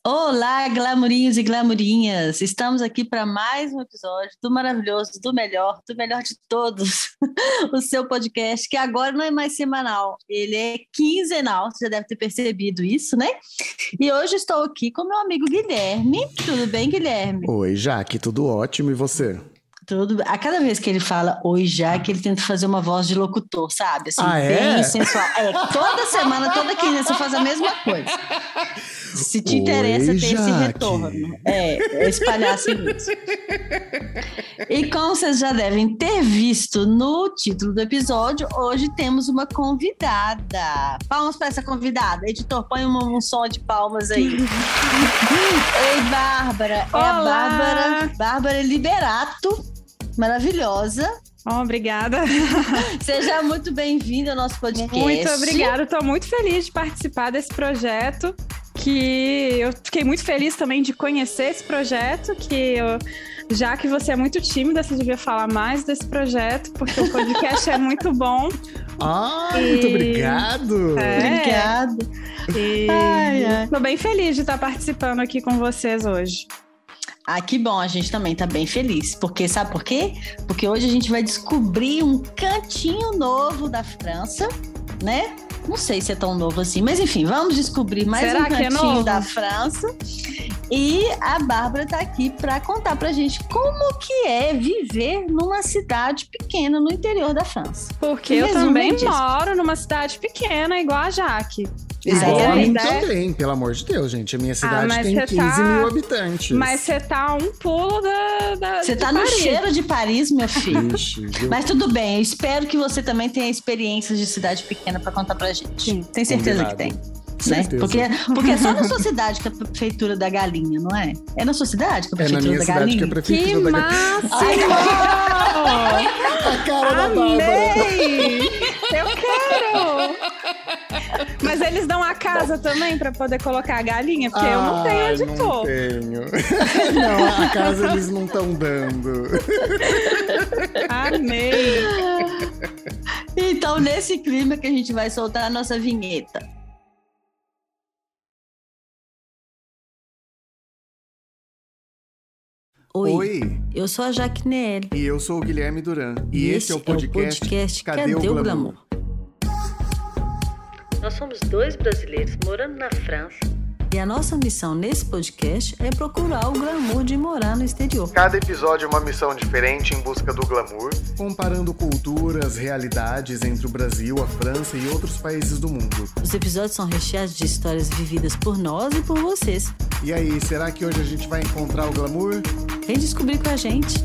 Olá, glamourinhos e glamourinhas! Estamos aqui para mais um episódio do maravilhoso, do melhor de todos, o seu podcast, que agora não é mais semanal, ele é quinzenal, você já deve ter percebido isso, né? E hoje estou aqui com meu amigo Guilherme. Tudo bem, Guilherme? Oi, Jaque, tudo ótimo, e você? Tudo. A cada vez que ele fala oi, Jaque, ele tenta fazer uma voz de locutor, sabe? Assim, bem sensual. Toda semana, toda quinzena, você faz a mesma coisa. Se te interessa ter esse retorno. Espalhar assim isso. E como vocês já devem ter visto no título do episódio, hoje temos uma convidada. Palmas para essa convidada. Editor, põe um som de palmas aí. Ei, Bárbara. Olá. É a Bárbara Liberato. Maravilhosa. Obrigada. Seja muito bem-vinda ao nosso podcast. Muito obrigada. Estou muito feliz de participar desse projeto. Que eu fiquei muito feliz também de conhecer esse projeto. Já que você é muito tímida, você devia falar mais desse projeto, porque o podcast é muito bom. Muito obrigado. Obrigada. Estou bem feliz de estar participando aqui com vocês hoje. Que bom, a gente também tá bem feliz. Porque, sabe por quê? Porque hoje a gente vai descobrir um cantinho novo da França, né? Não sei se é tão novo assim, mas enfim, vamos descobrir mais um cantinho da França. E a Bárbara tá aqui para contar pra gente como que é viver numa cidade pequena no interior da França. Porque eu também moro numa cidade pequena, igual a Jaque. Exatamente. Também, pelo amor de Deus, gente. A minha cidade tem 15 mil habitantes. Mas você tá um pulo da Você tá no cheiro de Paris, meu filho. Mas tudo bem, eu espero que você também tenha experiências de cidade pequena pra contar pra gente. Sim. Tem certeza que tem. Né? Porque é só na sua cidade que é a prefeitura da galinha, não é? É na sua cidade que é a prefeitura da galinha? É na minha cidade que é a prefeitura da galinha. A cara da Bárbara. Eu quero! Mas eles dão a casa também pra poder colocar a galinha? Porque eu não tenho onde pôr. Não tenho. Não, a casa eles não estão dando. Amei! Então, nesse clima que a gente vai soltar a nossa vinheta. Oi, eu sou a Jaque Nelly. E eu sou o Guilherme Duran. E esse é o podcast Cadê o Glamour? Nós somos dois brasileiros morando na França. E a nossa missão nesse podcast é procurar o glamour de morar no exterior. Cada episódio é uma missão diferente em busca do glamour, comparando culturas, realidades entre o Brasil, a França e outros países do mundo. Os episódios são recheados de histórias vividas por nós e por vocês. E aí, será que hoje a gente vai encontrar o glamour? Vem descobrir com a gente.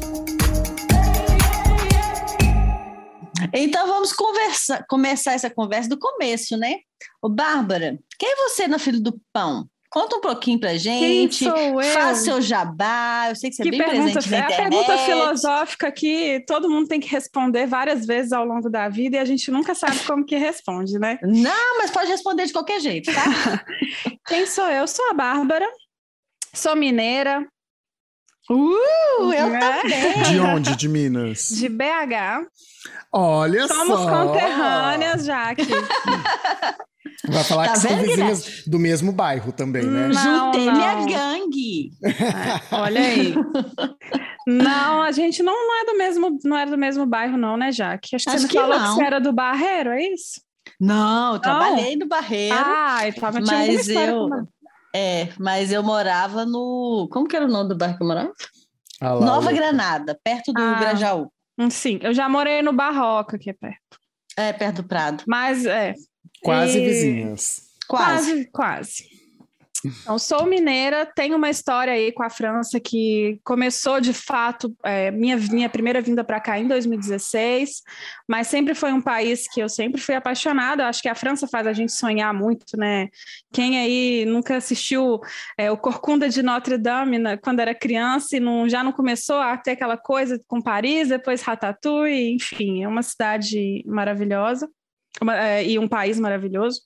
Então vamos começar essa conversa do começo, né? Ô, Bárbara, quem é você na fila do pão? Conta um pouquinho pra gente. Quem sou eu? Faz seu jabá. Eu sei que você é bem presente na internet. É a pergunta filosófica que todo mundo tem que responder várias vezes ao longo da vida e a gente nunca sabe como que responde, né? Não, mas pode responder de qualquer jeito, tá? Quem sou eu? Sou a Bárbara. Sou mineira. Eu também. De onde? De Minas? De BH. Olha Somos só! Somos conterrâneas, Jaque. Vai falar que são vizinhas do mesmo bairro também, né? Juntei minha gangue. Olha aí. Não, a gente não era do mesmo bairro não, né, Jaque? Acho que você me falou que você era do Barreiro, é isso? Não, eu trabalhei no Barreiro. Então tinha alguma história mas eu morava no... Como que era o nome do bairro que eu morava? Nova Granada, perto do Grajaú. Sim, eu já morei no Barroca, que é perto. É, perto do Prado. Mas Quase vizinhas. Quase. Então, sou mineira, tenho uma história aí com a França que começou, de fato, minha primeira vinda para cá em 2016, mas sempre foi um país que eu sempre fui apaixonada. Acho que a França faz a gente sonhar muito, né? Quem aí nunca assistiu o Corcunda de Notre Dame quando era criança e já não começou a ter aquela coisa com Paris, depois Ratatouille, enfim, é uma cidade maravilhosa e um país maravilhoso.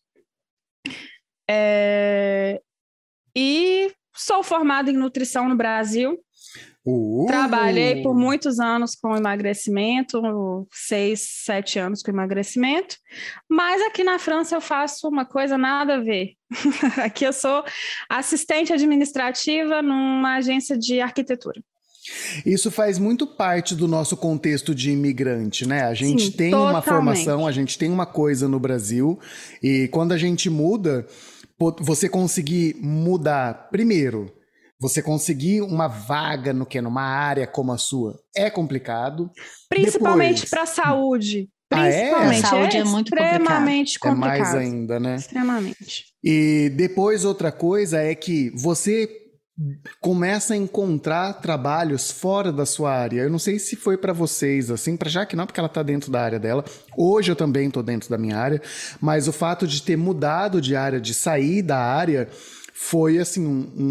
E sou formada em nutrição no Brasil. Trabalhei por muitos anos com emagrecimento, 6, 7 anos com emagrecimento, mas aqui na França eu faço uma coisa nada a ver. Aqui eu sou assistente administrativa numa agência de arquitetura. Isso faz muito parte do nosso contexto de imigrante, né? A gente tem totalmente. Uma formação, a gente tem uma coisa no Brasil, e quando a gente muda, você conseguir mudar primeiro. Você conseguir uma vaga numa área como a sua é complicado. Principalmente para a saúde. Principalmente. A saúde é muito extremamente complicado. É mais ainda, né? Extremamente. E depois outra coisa é que você começa a encontrar trabalhos fora da sua área. Eu não sei se foi para vocês assim, para Jaque não, porque ela está dentro da área dela. Hoje eu também estou dentro da minha área, mas o fato de ter mudado de área, de sair da área, foi assim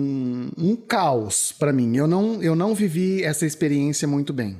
um caos para mim. Eu não vivi essa experiência muito bem.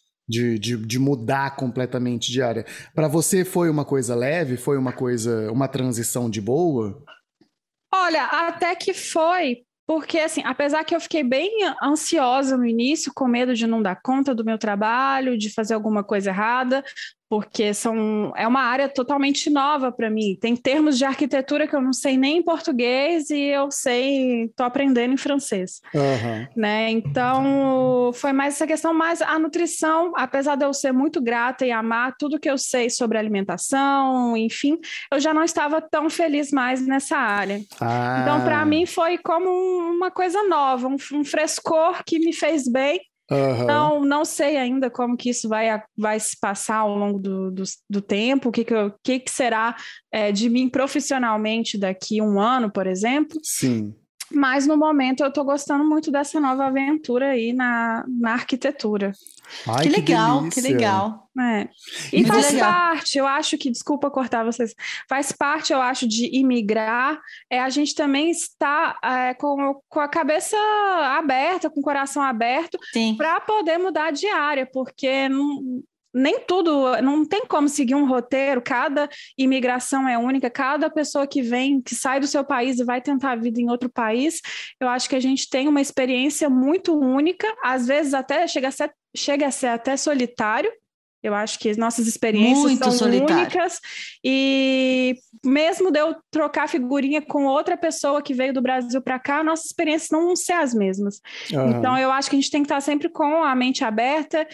De mudar completamente de área. Para você foi uma coisa leve? Foi uma transição de boa? Olha, até que foi, porque assim, apesar que eu fiquei bem ansiosa no início, com medo de não dar conta do meu trabalho, de fazer alguma coisa errada, porque é uma área totalmente nova para mim. Tem termos de arquitetura que eu não sei nem em português e eu estou aprendendo em francês. Uhum. Né? Então, foi mais essa questão, mas a nutrição, apesar de eu ser muito grata e amar tudo que eu sei sobre alimentação, enfim, eu já não estava tão feliz mais nessa área. Então, para mim, foi como uma coisa nova, um frescor que me fez bem. Uhum. Não sei ainda como que isso vai se passar ao longo do tempo, o que será de mim profissionalmente daqui 1 ano, por exemplo. Sim. Mas no momento eu estou gostando muito dessa nova aventura aí na arquitetura. Ai, que legal, delícia. que legal. E faz parte, eu acho que, desculpa cortar vocês, faz parte, eu acho, de imigrar, a gente também está com a cabeça aberta, com o coração aberto, para poder mudar de área, porque nem tudo, não tem como seguir um roteiro, cada imigração é única, cada pessoa que sai do seu país e vai tentar a vida em outro país, eu acho que a gente tem uma experiência muito única, às vezes até chega a ser até solitário. Eu acho que as nossas experiências muito são únicas e mesmo de eu trocar figurinha com outra pessoa que veio do Brasil para cá, nossas experiências não vão ser as mesmas. Uhum. Então, eu acho que a gente tem que estar sempre com a mente aberta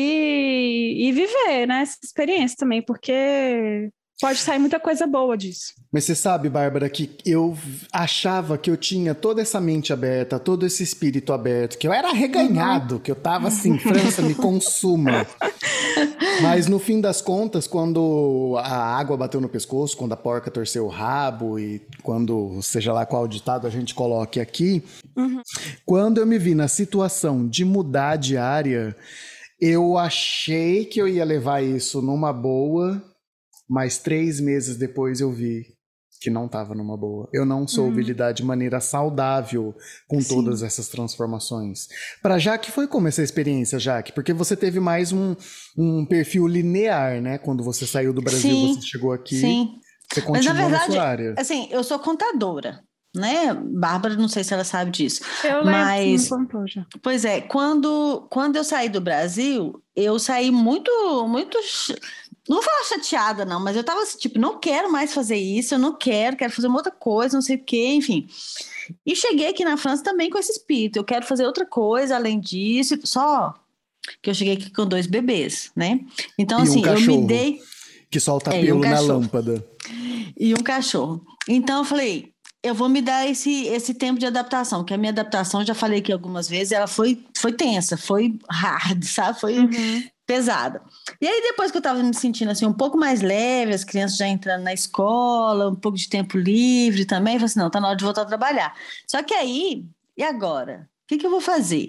e viver, né, essa experiência também, porque pode sair muita coisa boa disso. Mas você sabe, Bárbara, que eu achava que eu tinha toda essa mente aberta, todo esse espírito aberto, que eu era arreganhado, que eu tava assim, França, me consuma. Mas no fim das contas, quando a água bateu no pescoço, quando a porca torceu o rabo e quando, seja lá qual ditado a gente coloque aqui, quando eu me vi na situação de mudar de área, eu achei que eu ia levar isso numa boa, mas 3 meses depois eu vi que não estava numa boa. Eu não soube lidar de maneira saudável com todas essas transformações. Para Jaque, foi como essa experiência, Jaque? Porque você teve mais um perfil linear, né? Quando você saiu do Brasil, você chegou aqui, você continuou. Mas, na verdade, na sua área. Assim, eu sou contadora, né? Bárbara, não sei se ela sabe disso. Eu lembro, me contou já. Pois é, quando eu saí do Brasil, eu saí muito... Não vou falar chateada, não, mas eu tava assim, tipo, não quero mais fazer isso, eu não quero fazer uma outra coisa, não sei o quê, enfim. E cheguei aqui na França também com esse espírito, eu quero fazer outra coisa além disso, só que eu cheguei aqui com 2 bebês, né? Então, assim, eu me dei... Que solta pelo na lâmpada. E um cachorro. Então, eu falei, eu vou me dar esse tempo de adaptação, que a minha adaptação, já falei aqui algumas vezes, ela foi tensa, foi hard, sabe? Foi... pesada. E aí, depois que eu tava me sentindo assim, um pouco mais leve, as crianças já entrando na escola, um pouco de tempo livre também, eu falei assim, não, tá na hora de voltar a trabalhar. Só que aí, e agora? O que eu vou fazer?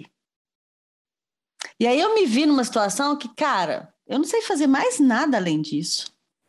E aí eu me vi numa situação que, cara, eu não sei fazer mais nada além disso.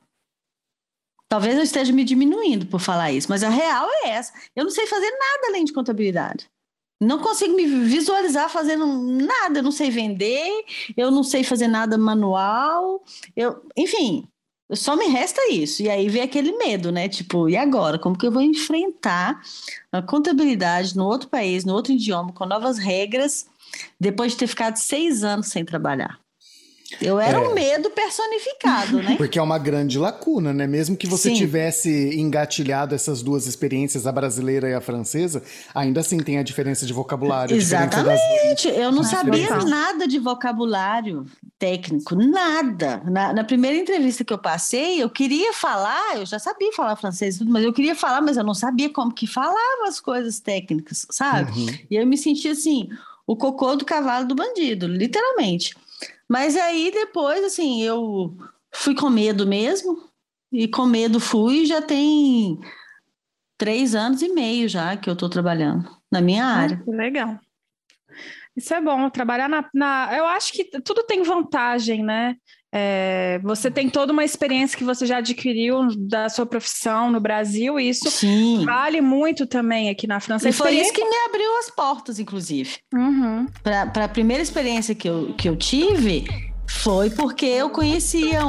Talvez eu esteja me diminuindo por falar isso, mas a real é essa. Eu não sei fazer nada além de contabilidade. Não consigo me visualizar fazendo nada, eu não sei vender, eu não sei fazer nada manual, enfim, Só me resta isso. E aí vem aquele medo, né? Tipo, e agora? Como que eu vou enfrentar a contabilidade no outro país, no outro idioma, com novas regras, depois de ter ficado 6 anos sem trabalhar? Eu era um medo personificado, né? Porque é uma grande lacuna, né? Mesmo que você tivesse engatilhado essas duas experiências, a brasileira e a francesa, ainda assim tem a diferença de vocabulário. Exatamente. Eu não sabia nada de vocabulário técnico, nada. Na primeira entrevista que eu passei, eu queria falar, eu já sabia falar francês, mas eu queria falar, mas eu não sabia como que falava as coisas técnicas, sabe? E eu me sentia assim, o cocô do cavalo do bandido, literalmente. Mas aí depois, assim, eu fui com medo mesmo, e com medo fui, já tem 3 anos e meio já que eu estou trabalhando na minha área. Que legal. Isso é bom, trabalhar eu acho que tudo tem vantagem, né? Você tem toda uma experiência que você já adquiriu da sua profissão no Brasil, e isso vale muito também aqui na França. E foi isso que me abriu as portas, inclusive. Para a primeira experiência que eu tive, foi porque eu conhecia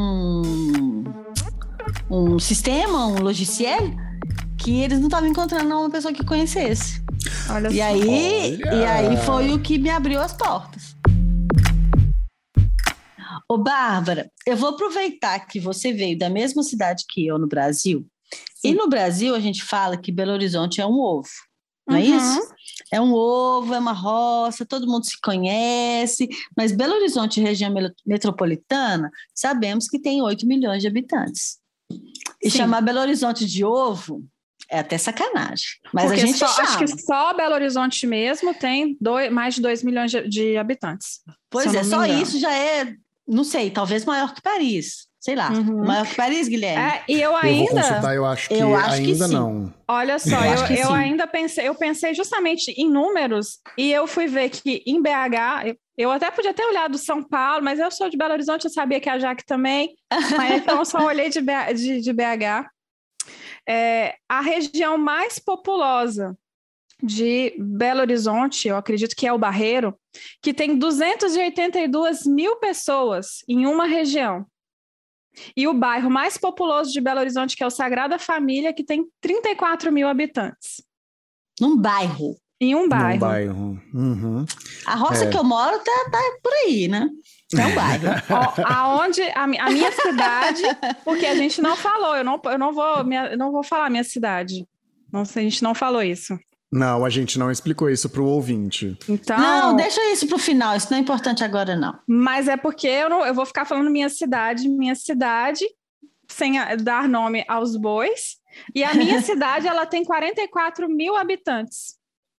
um sistema, um logiciel, que eles não estavam encontrando uma pessoa que conhecesse. E aí foi o que me abriu as portas. Ô, Bárbara, eu vou aproveitar que você veio da mesma cidade que eu no Brasil. E no Brasil a gente fala que Belo Horizonte é um ovo, não é isso? É um ovo, é uma roça, todo mundo se conhece, mas Belo Horizonte, região metropolitana, sabemos que tem 8 milhões de habitantes. E chamar Belo Horizonte de ovo é até sacanagem. Mas porque a gente chama. Acho que só Belo Horizonte mesmo tem mais de 2 milhões de habitantes. Pois é, só isso já é, não sei, talvez maior que Paris. Sei lá, maior que Paris, Guilherme. E eu ainda... Eu vou consultar, eu acho que ainda não. Olha só, eu ainda pensei justamente em números, e eu fui ver que em BH, eu até podia ter olhado São Paulo, mas eu sou de Belo Horizonte, eu sabia que a Jaque também, mas então eu só olhei de BH. A região mais populosa de Belo Horizonte, eu acredito que é o Barreiro, que tem 282 mil pessoas em uma região. E o bairro mais populoso de Belo Horizonte, que é o Sagrada Família, que tem 34 mil habitantes. Num bairro? Em um bairro. Num bairro. A roça que eu moro tá por aí, né? É um bairro. Aonde a minha cidade, porque a gente não falou, eu não vou falar minha cidade. A gente não falou isso. Não, a gente não explicou isso para o ouvinte. Então, não, deixa isso para o final, isso não é importante agora, não. Mas é porque eu vou ficar falando minha cidade, sem dar nome aos bois. E a minha cidade, ela tem 44 mil habitantes.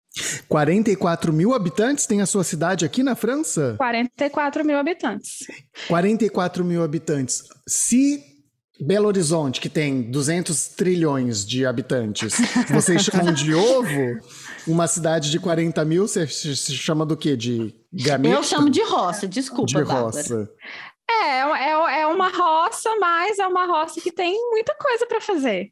44 mil habitantes tem a sua cidade aqui na França? 44 mil habitantes. 44 mil habitantes. Se Belo Horizonte, que tem 200 trilhões de habitantes, vocês chamam de ovo? Uma cidade de 40 mil, você se chama do quê? De gameta? Eu chamo de roça, desculpa, de roça. É uma roça, mas é uma roça que tem muita coisa para fazer.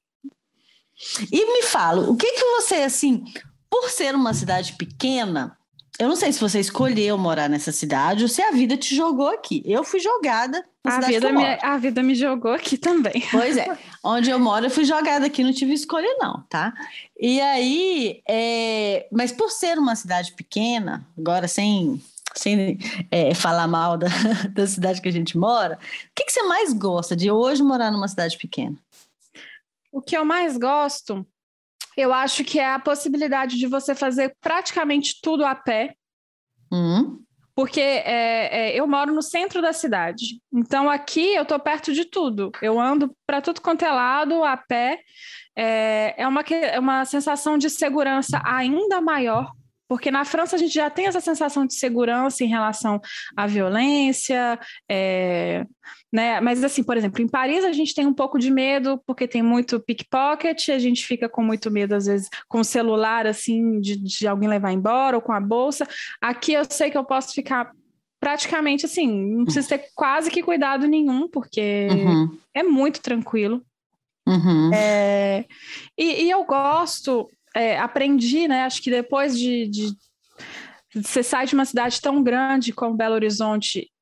E me fala, o que você, assim, por ser uma cidade pequena, eu não sei se você escolheu morar nessa cidade ou se a vida te jogou aqui. Eu fui jogada na cidade que eu moro. A vida me jogou aqui também. Pois é. Onde eu moro, eu fui jogada aqui, não tive escolha não, tá? E aí, mas por ser uma cidade pequena, agora sem falar mal da cidade que a gente mora, o que você mais gosta de hoje morar numa cidade pequena? O que eu mais gosto... Eu acho que é a possibilidade de você fazer praticamente tudo a pé, porque eu moro no centro da cidade. Então, aqui eu estou perto de tudo. Eu ando para tudo quanto é lado, a pé. É uma sensação de segurança ainda maior, porque na França a gente já tem essa sensação de segurança em relação à violência, né? Mas assim, por exemplo, em Paris a gente tem um pouco de medo, porque tem muito pickpocket, a gente fica com muito medo, às vezes, com o celular, assim, de alguém levar embora, ou com a bolsa. Aqui eu sei que eu posso ficar praticamente assim, não preciso ter quase que cuidado nenhum, porque é muito tranquilo. E eu gosto... aprendi, né? Acho que depois de você sai de uma cidade tão grande como Belo Horizonte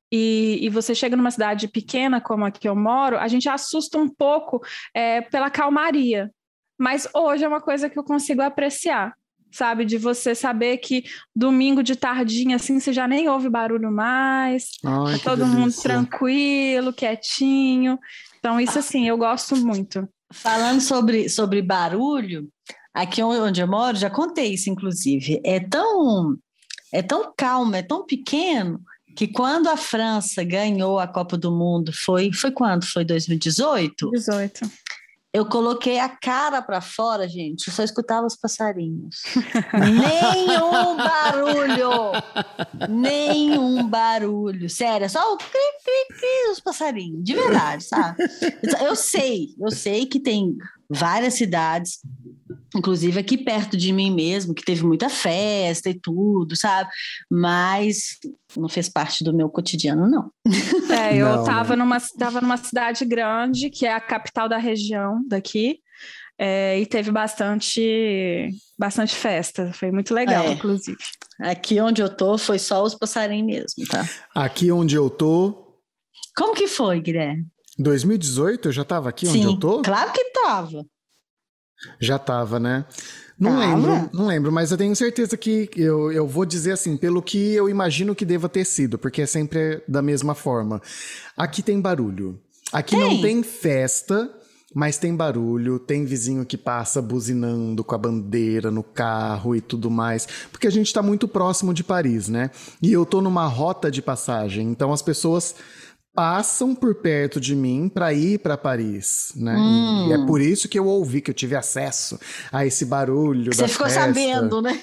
e você chega numa cidade pequena como a que eu moro, a gente assusta um pouco pela calmaria. Mas hoje é uma coisa que eu consigo apreciar, sabe? De você saber que domingo de tardinha, assim, você já nem ouve barulho mais, Ai, tá todo mundo tranquilo, quietinho. Então, isso, assim, eu gosto muito. Falando sobre barulho, aqui onde eu moro, já contei isso, inclusive, é tão calmo, é tão pequeno, que quando a França ganhou a Copa do Mundo, foi quando? Foi 2018? 18. Eu coloquei a cara para fora, gente, eu só escutava os passarinhos. Nenhum barulho! Nenhum barulho. Sério, só o cri-cri-cri dos passarinhos, de verdade, sabe? Eu sei que tem várias cidades, inclusive aqui perto de mim mesmo, que teve muita festa e tudo, sabe? Mas não fez parte do meu cotidiano, não. Eu tava numa cidade grande, que é a capital da região daqui, e teve bastante festa. Foi muito legal, inclusive. Aqui onde eu tô, foi só os passarinhos mesmo, tá? Aqui onde eu tô... Como que foi, Guilherme? 2018 eu já tava aqui onde eu tô? Claro que tava. Já tava, né? Não lembro, mas eu tenho certeza que eu vou dizer assim, pelo que eu imagino que deva ter sido, porque é sempre da mesma forma. Aqui tem barulho. Aqui não tem festa, mas tem barulho, tem vizinho que passa buzinando com a bandeira no carro e tudo mais, porque a gente tá muito próximo de Paris, né? E eu tô numa rota de passagem, então as pessoas passam por perto de mim para ir para Paris, né? E é por isso que eu ouvi, que eu tive acesso a esse barulho da festa. Você ficou sabendo, né?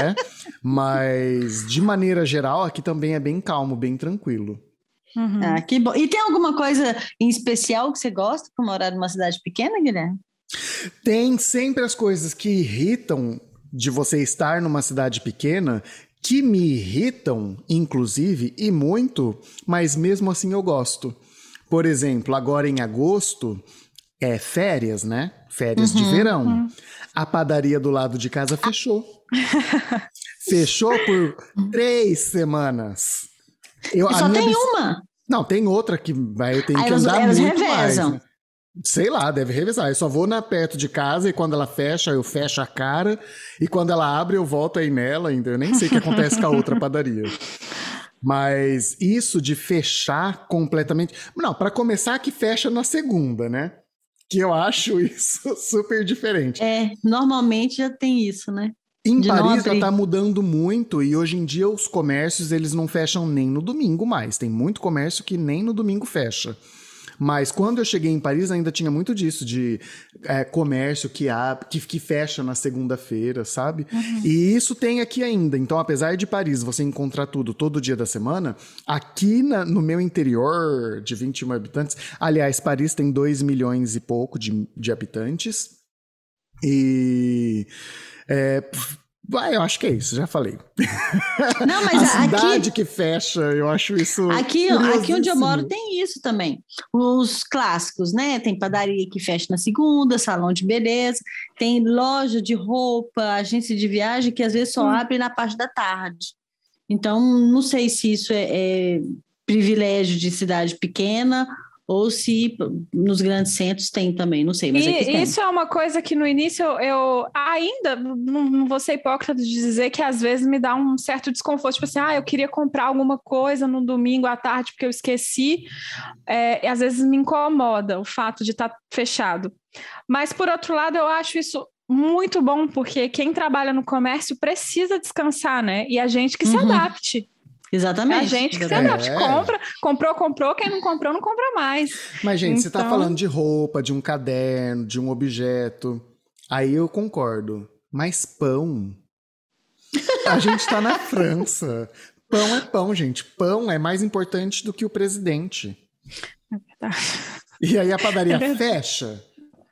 Mas, de maneira geral, aqui também é bem calmo, bem tranquilo. Uhum. Ah, que bom. E tem alguma coisa em especial que você gosta por morar numa cidade pequena, Guilherme? Tem sempre as coisas que irritam de você estar numa cidade pequena, que me irritam, inclusive, e muito, mas mesmo assim eu gosto. Por exemplo, agora em agosto, é férias, né? Férias de verão. A padaria do lado de casa fechou. Fechou por 3 semanas. Só tem uma? Não, tem outra que eu tenho que andar muito revezam. mais. Né? Sei lá, deve revezar. Eu só vou perto de casa e quando ela fecha, eu fecho a cara. E quando ela abre, eu volto aí nela. Eu nem sei o que acontece com a outra padaria. Mas isso de fechar completamente... Não, para começar que fecha na segunda, né? Que eu acho isso super diferente. Normalmente já tem isso, né? Em Paris já tá mudando muito e hoje em dia os comércios eles não fecham nem no domingo mais. Tem muito comércio que nem no domingo fecha. Mas quando eu cheguei em Paris ainda tinha muito disso, de comércio que fecha na segunda-feira, sabe? E isso tem aqui ainda. Então, apesar de Paris você encontrar tudo todo dia da semana, aqui no meu interior de 21 habitantes... Aliás, Paris tem 2 milhões e pouco de habitantes. E... eu acho que é isso, já falei. Não, mas a cidade que fecha, eu acho isso aqui onde eu moro tem isso também. Os clássicos, né? Tem padaria que fecha na segunda, salão de beleza, tem loja de roupa, agência de viagem que às vezes só abre na parte da tarde. Então, não sei se isso é privilégio de cidade pequena ou se nos grandes centros tem também, não sei. Mas isso é uma coisa que no início eu ainda não vou ser hipócrita de dizer que às vezes me dá um certo desconforto, tipo assim, eu queria comprar alguma coisa no domingo à tarde porque eu esqueci, e às vezes me incomoda o fato de estar fechado. Mas por outro lado eu acho isso muito bom, porque quem trabalha no comércio precisa descansar, né? E a gente que se adapte. Exatamente. A gente que se adapte, comprou, quem não comprou não compra mais. Mas, gente, você tá falando de roupa, de um caderno, de um objeto. Aí eu concordo. Mas pão? A gente tá na França. Pão é pão, gente. Pão é mais importante do que o presidente. É verdade. E aí a padaria fecha?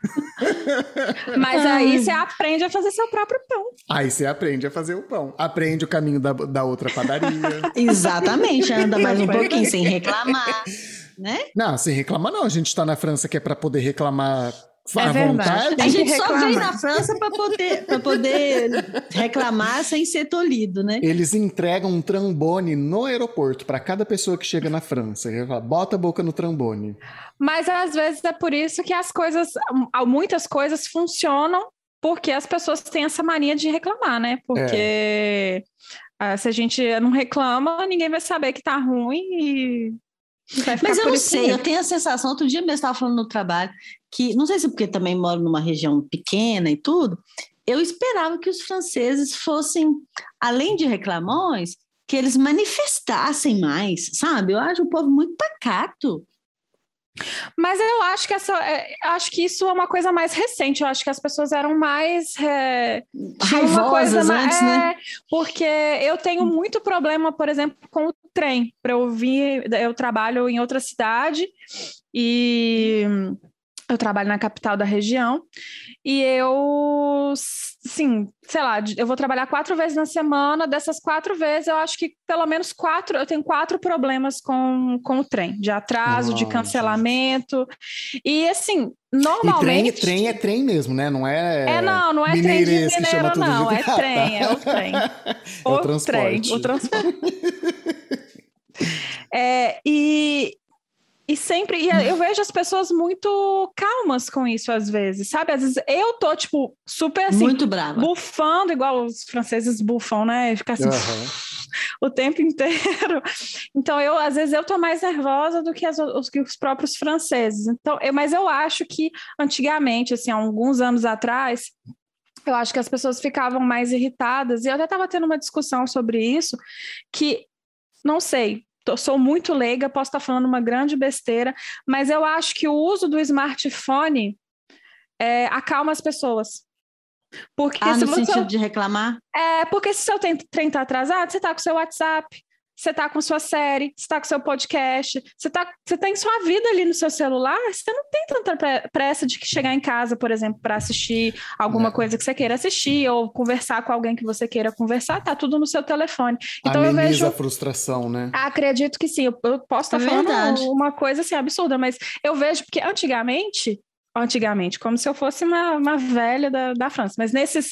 Mas aí você aprende a fazer seu próprio pão. Aí você aprende a fazer o pão. Aprende o caminho da outra padaria. Exatamente, anda mais um pouquinho sem reclamar, né? Não, sem reclamar não. A gente tá na França que é pra poder reclamar É verdade. A gente só vem na França para poder reclamar sem ser tolhido, né? Eles entregam um trombone no aeroporto para cada pessoa que chega na França. Bota a boca no trombone. Mas às vezes é por isso que muitas coisas funcionam, porque as pessoas têm essa mania de reclamar, né? Porque se a gente não reclama, ninguém vai saber que tá ruim e vai ficar. Mas eu por não isso sei, mesmo. eu tenho a sensação, outro dia mesmo eu estava falando no trabalho, que não sei se porque também moro numa região pequena e tudo, eu esperava que os franceses fossem, além de reclamões, que eles manifestassem mais, sabe? Eu acho o povo muito pacato. Mas eu acho que isso é uma coisa mais recente. Eu acho que as pessoas eram mais raivosas antes, né? Porque eu tenho muito problema, por exemplo, com o trem. Eu trabalho em outra cidade e eu trabalho na capital da região e eu, sim, sei lá, eu vou trabalhar 4 vezes na semana. Dessas 4 vezes, eu acho que pelo menos 4, eu tenho 4 problemas com o trem, de atraso, de cancelamento. E assim, normalmente... E trem é trem mesmo, né? Não é... Não é trem de mineiro, não. É tá. trem, é o trem. É o transporte. O transporte. E sempre, eu vejo as pessoas muito calmas com isso às vezes, sabe? Às vezes eu tô, tipo, super assim, muito brava, bufando, igual os franceses bufam, né? Ficar assim, o tempo inteiro. Então, às vezes eu tô mais nervosa do que os próprios franceses. Então, mas eu acho que antigamente, assim, há alguns anos atrás, eu acho que as pessoas ficavam mais irritadas, e eu até estava tendo uma discussão sobre isso, que, não sei, sou muito leiga, posso estar falando uma grande besteira, mas eu acho que o uso do smartphone acalma as pessoas. Porque no sentido de reclamar? Porque se o seu trem está atrasado, você está com o seu WhatsApp, você está com sua série, você está com seu podcast, você tem sua vida ali no seu celular, você não tem tanta pressa de chegar em casa, por exemplo, para assistir alguma coisa que você queira assistir ou conversar com alguém que você queira conversar, tá tudo no seu telefone. Então ameniza eu vejo a frustração, né? Acredito que sim, eu posso estar falando uma coisa assim absurda, mas eu vejo porque antigamente, como se eu fosse uma velha da França, mas nesses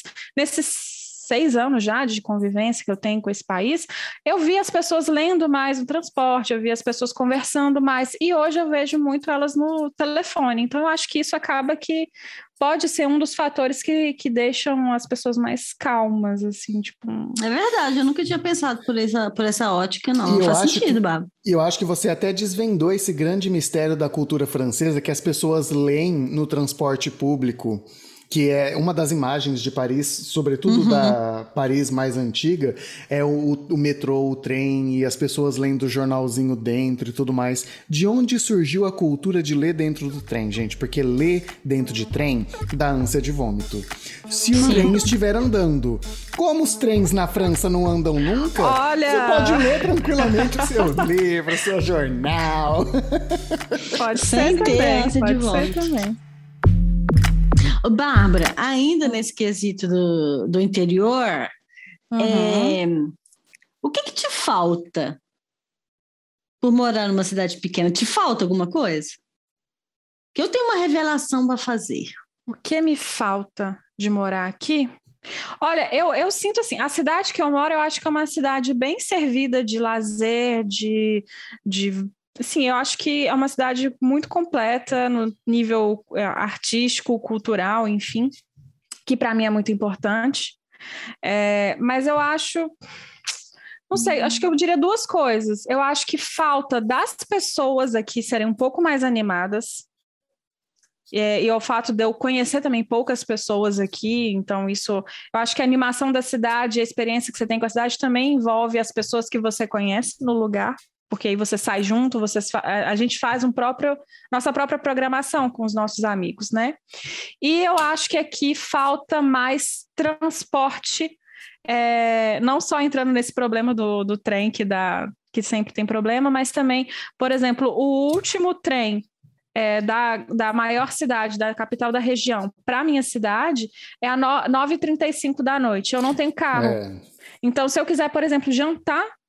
6 anos já de convivência que eu tenho com esse país, eu vi as pessoas lendo mais no transporte, eu vi as pessoas conversando mais, e hoje eu vejo muito elas no telefone. Então eu acho que isso acaba que pode ser um dos fatores que deixam as pessoas mais calmas, assim, tipo... É verdade, eu nunca tinha pensado por essa ótica, não. Não faz sentido, Bárbara. E eu acho que você até desvendou esse grande mistério da cultura francesa, que as pessoas leem no transporte público, que é uma das imagens de Paris, sobretudo da Paris mais antiga, é o metrô, o trem e as pessoas lendo o jornalzinho dentro e tudo mais. De onde surgiu a cultura de ler dentro do trem, gente? Porque ler dentro de trem dá ânsia de vômito. Se o trem estiver andando, como os trens na França não andam nunca, você pode ler tranquilamente o seu livro, o seu jornal. Pode ser também, ânsia de vômito. Bárbara, ainda nesse quesito do interior, o que te falta por morar numa cidade pequena? Te falta alguma coisa? Que eu tenho uma revelação para fazer. O que me falta de morar aqui? Olha, eu sinto assim, a cidade que eu moro, eu acho que é uma cidade bem servida de lazer, Sim, eu acho que é uma cidade muito completa no nível artístico, cultural, enfim, que para mim é muito importante. Mas eu acho, não sei, acho que eu diria 2 coisas. Eu acho que falta das pessoas aqui serem um pouco mais animadas. E o fato de eu conhecer também poucas pessoas aqui, então isso, eu acho que a animação da cidade, a experiência que você tem com a cidade também envolve as pessoas que você conhece no lugar. Porque aí você sai junto, a gente faz nossa própria programação com os nossos amigos, né? E eu acho que aqui falta mais transporte, não só entrando nesse problema do trem, que sempre tem problema, mas também, por exemplo, o último trem da maior cidade, da capital da região, para a minha cidade, é às 9h35 da noite. Eu não tenho carro. Então, se eu quiser, por exemplo, jantar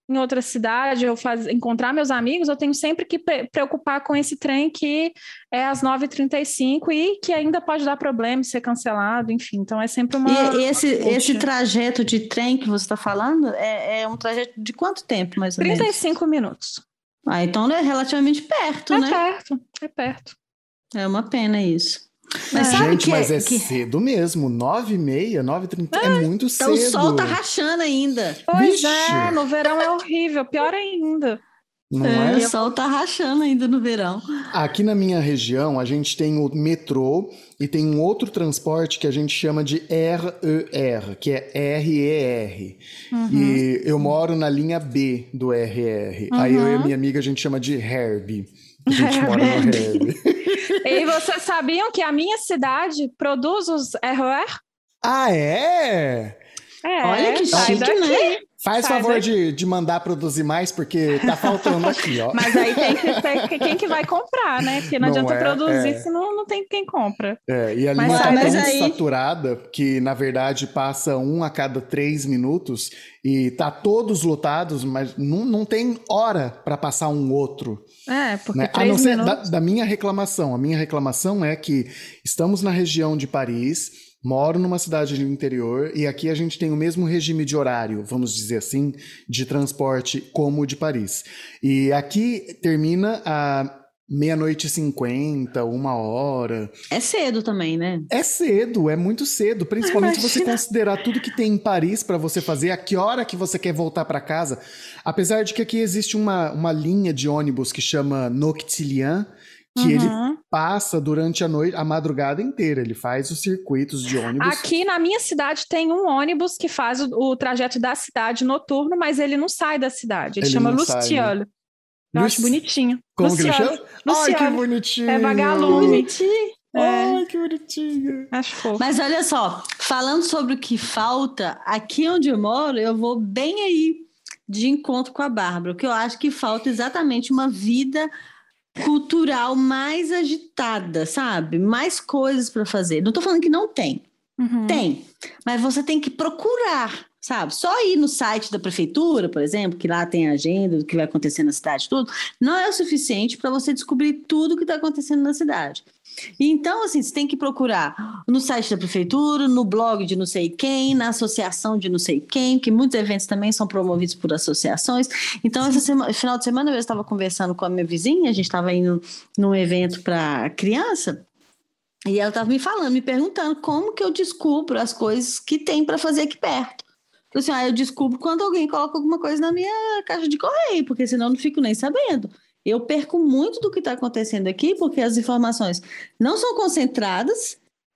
em outra cidade, encontrar meus amigos, eu tenho sempre que preocupar com esse trem que é às 9h35 e que ainda pode dar problema, ser cancelado, enfim. Então é sempre uma... E esse trajeto de trem que você está falando é um trajeto de quanto tempo, mais ou menos? 35 minutos. Ah, então é relativamente perto, né? É perto. É uma pena isso. Mas sabe gente, mas cedo mesmo, 9h30, 9h30, é muito cedo. Então o sol tá rachando ainda. Pois é, no verão é horrível, pior ainda. Não é? O sol tá rachando ainda no verão. Aqui na minha região, a gente tem o metrô e tem um outro transporte que a gente chama de RER, que é RER. E eu moro na linha B do RR. Aí eu e a minha amiga, a gente chama de Herb. A gente mora no Herb. E vocês sabiam que a minha cidade produz os RER? Ah, é? Olha que chique, né? Faz favor de mandar produzir mais, porque tá faltando aqui, ó. Mas aí tem que ter quem que vai comprar, né? Porque não adianta produzir se não tem quem compra. E a linha tá tão saturada que, na verdade, passa 1 a cada 3 minutos e tá todos lotados, mas não tem hora para passar um outro. Porque né? 3 a não ser minutos... da minha reclamação. A minha reclamação é que estamos na região de Paris... Moro numa cidade do interior e aqui a gente tem o mesmo regime de horário, vamos dizer assim, de transporte como o de Paris. E aqui termina a 00:50, 1h. É cedo também, né? É cedo, é muito cedo, principalmente se você considerar tudo que tem em Paris para você fazer, a que hora que você quer voltar para casa. Apesar de que aqui existe uma linha de ônibus que chama Noctilien, que ele passa durante a madrugada inteira, ele faz os circuitos de ônibus. Aqui na minha cidade tem um ônibus que faz o trajeto da cidade noturno, mas ele não sai da cidade, ele chama Luciole. Eu acho bonitinho. Como que ele chama? Luciole. Ai, que bonitinho! É vagalume. Bonitinho. Ai, que bonitinho! Acho fofo. Mas olha só, falando sobre o que falta, aqui onde eu moro, eu vou bem aí de encontro com a Bárbara, porque eu acho que falta exatamente uma vida cultural mais agitada, sabe? Mais coisas para fazer. Não tô falando que não tem. Tem. Mas você tem que procurar, sabe? Só ir no site da prefeitura, por exemplo, que lá tem a agenda do que vai acontecer na cidade, tudo, não é o suficiente para você descobrir tudo o que está acontecendo na cidade. Então, assim, você tem que procurar no site da prefeitura, no blog de não sei quem, na associação de não sei quem, que muitos eventos também são promovidos por associações. Então, final de semana eu estava conversando com a minha vizinha, a gente estava indo num evento para criança, e ela estava me perguntando como que eu descubro as coisas que tem para fazer aqui perto. Eu falei assim, eu descubro quando alguém coloca alguma coisa na minha caixa de correio, porque senão eu não fico nem sabendo. Eu perco muito do que está acontecendo aqui, porque as informações não são concentradas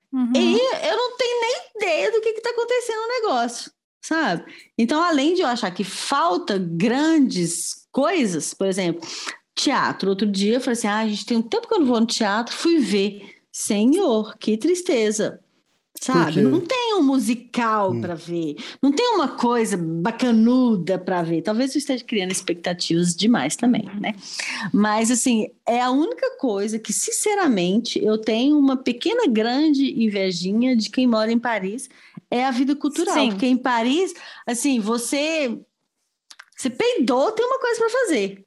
e eu não tenho nem ideia do que está acontecendo no negócio, sabe? Então, além de eu achar que falta grandes coisas, por exemplo, teatro. Outro dia eu falei assim, a gente tem um tempo que eu não vou no teatro, fui ver. Senhor, que tristeza. Sabe? Não tem um musical para ver, não tem uma coisa bacanuda para ver. Talvez eu esteja criando expectativas demais também, né? Mas, assim, é a única coisa que, sinceramente, eu tenho uma pequena, grande invejinha de quem mora em Paris, é a vida cultural. Sim. Porque em Paris, assim, você peidou, tem uma coisa para fazer.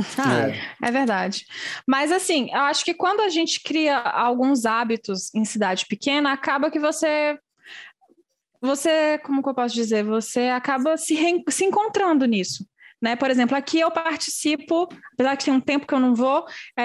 É verdade. Mas assim, eu acho que quando a gente cria alguns hábitos em cidade pequena, acaba que você como que eu posso dizer? Você acaba se encontrando nisso, né? Por exemplo, aqui eu participo, apesar que tem um tempo que eu não vou,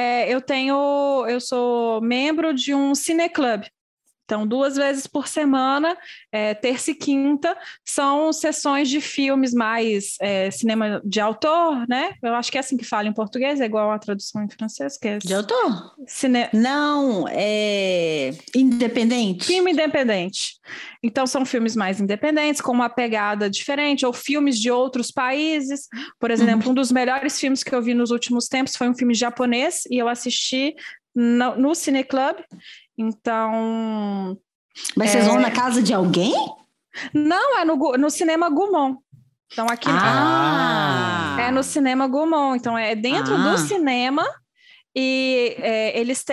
eu sou membro de um cineclube. Então, 2 vezes por semana, terça e quinta, são sessões de filmes mais cinema de autor, né? Eu acho que é assim que fala em português, é igual a tradução em francês. Que é de autor? Não, é independente. Filme independente. Então, são filmes mais independentes, com uma pegada diferente, ou filmes de outros países. Por exemplo, um dos melhores filmes que eu vi nos últimos tempos foi um filme japonês, e eu assisti no Cineclub. Então... Mas vocês vão na casa de alguém? Não, é no Cinema Gaumont. Então aqui é no Cinema Gaumont. Então é dentro do cinema e eles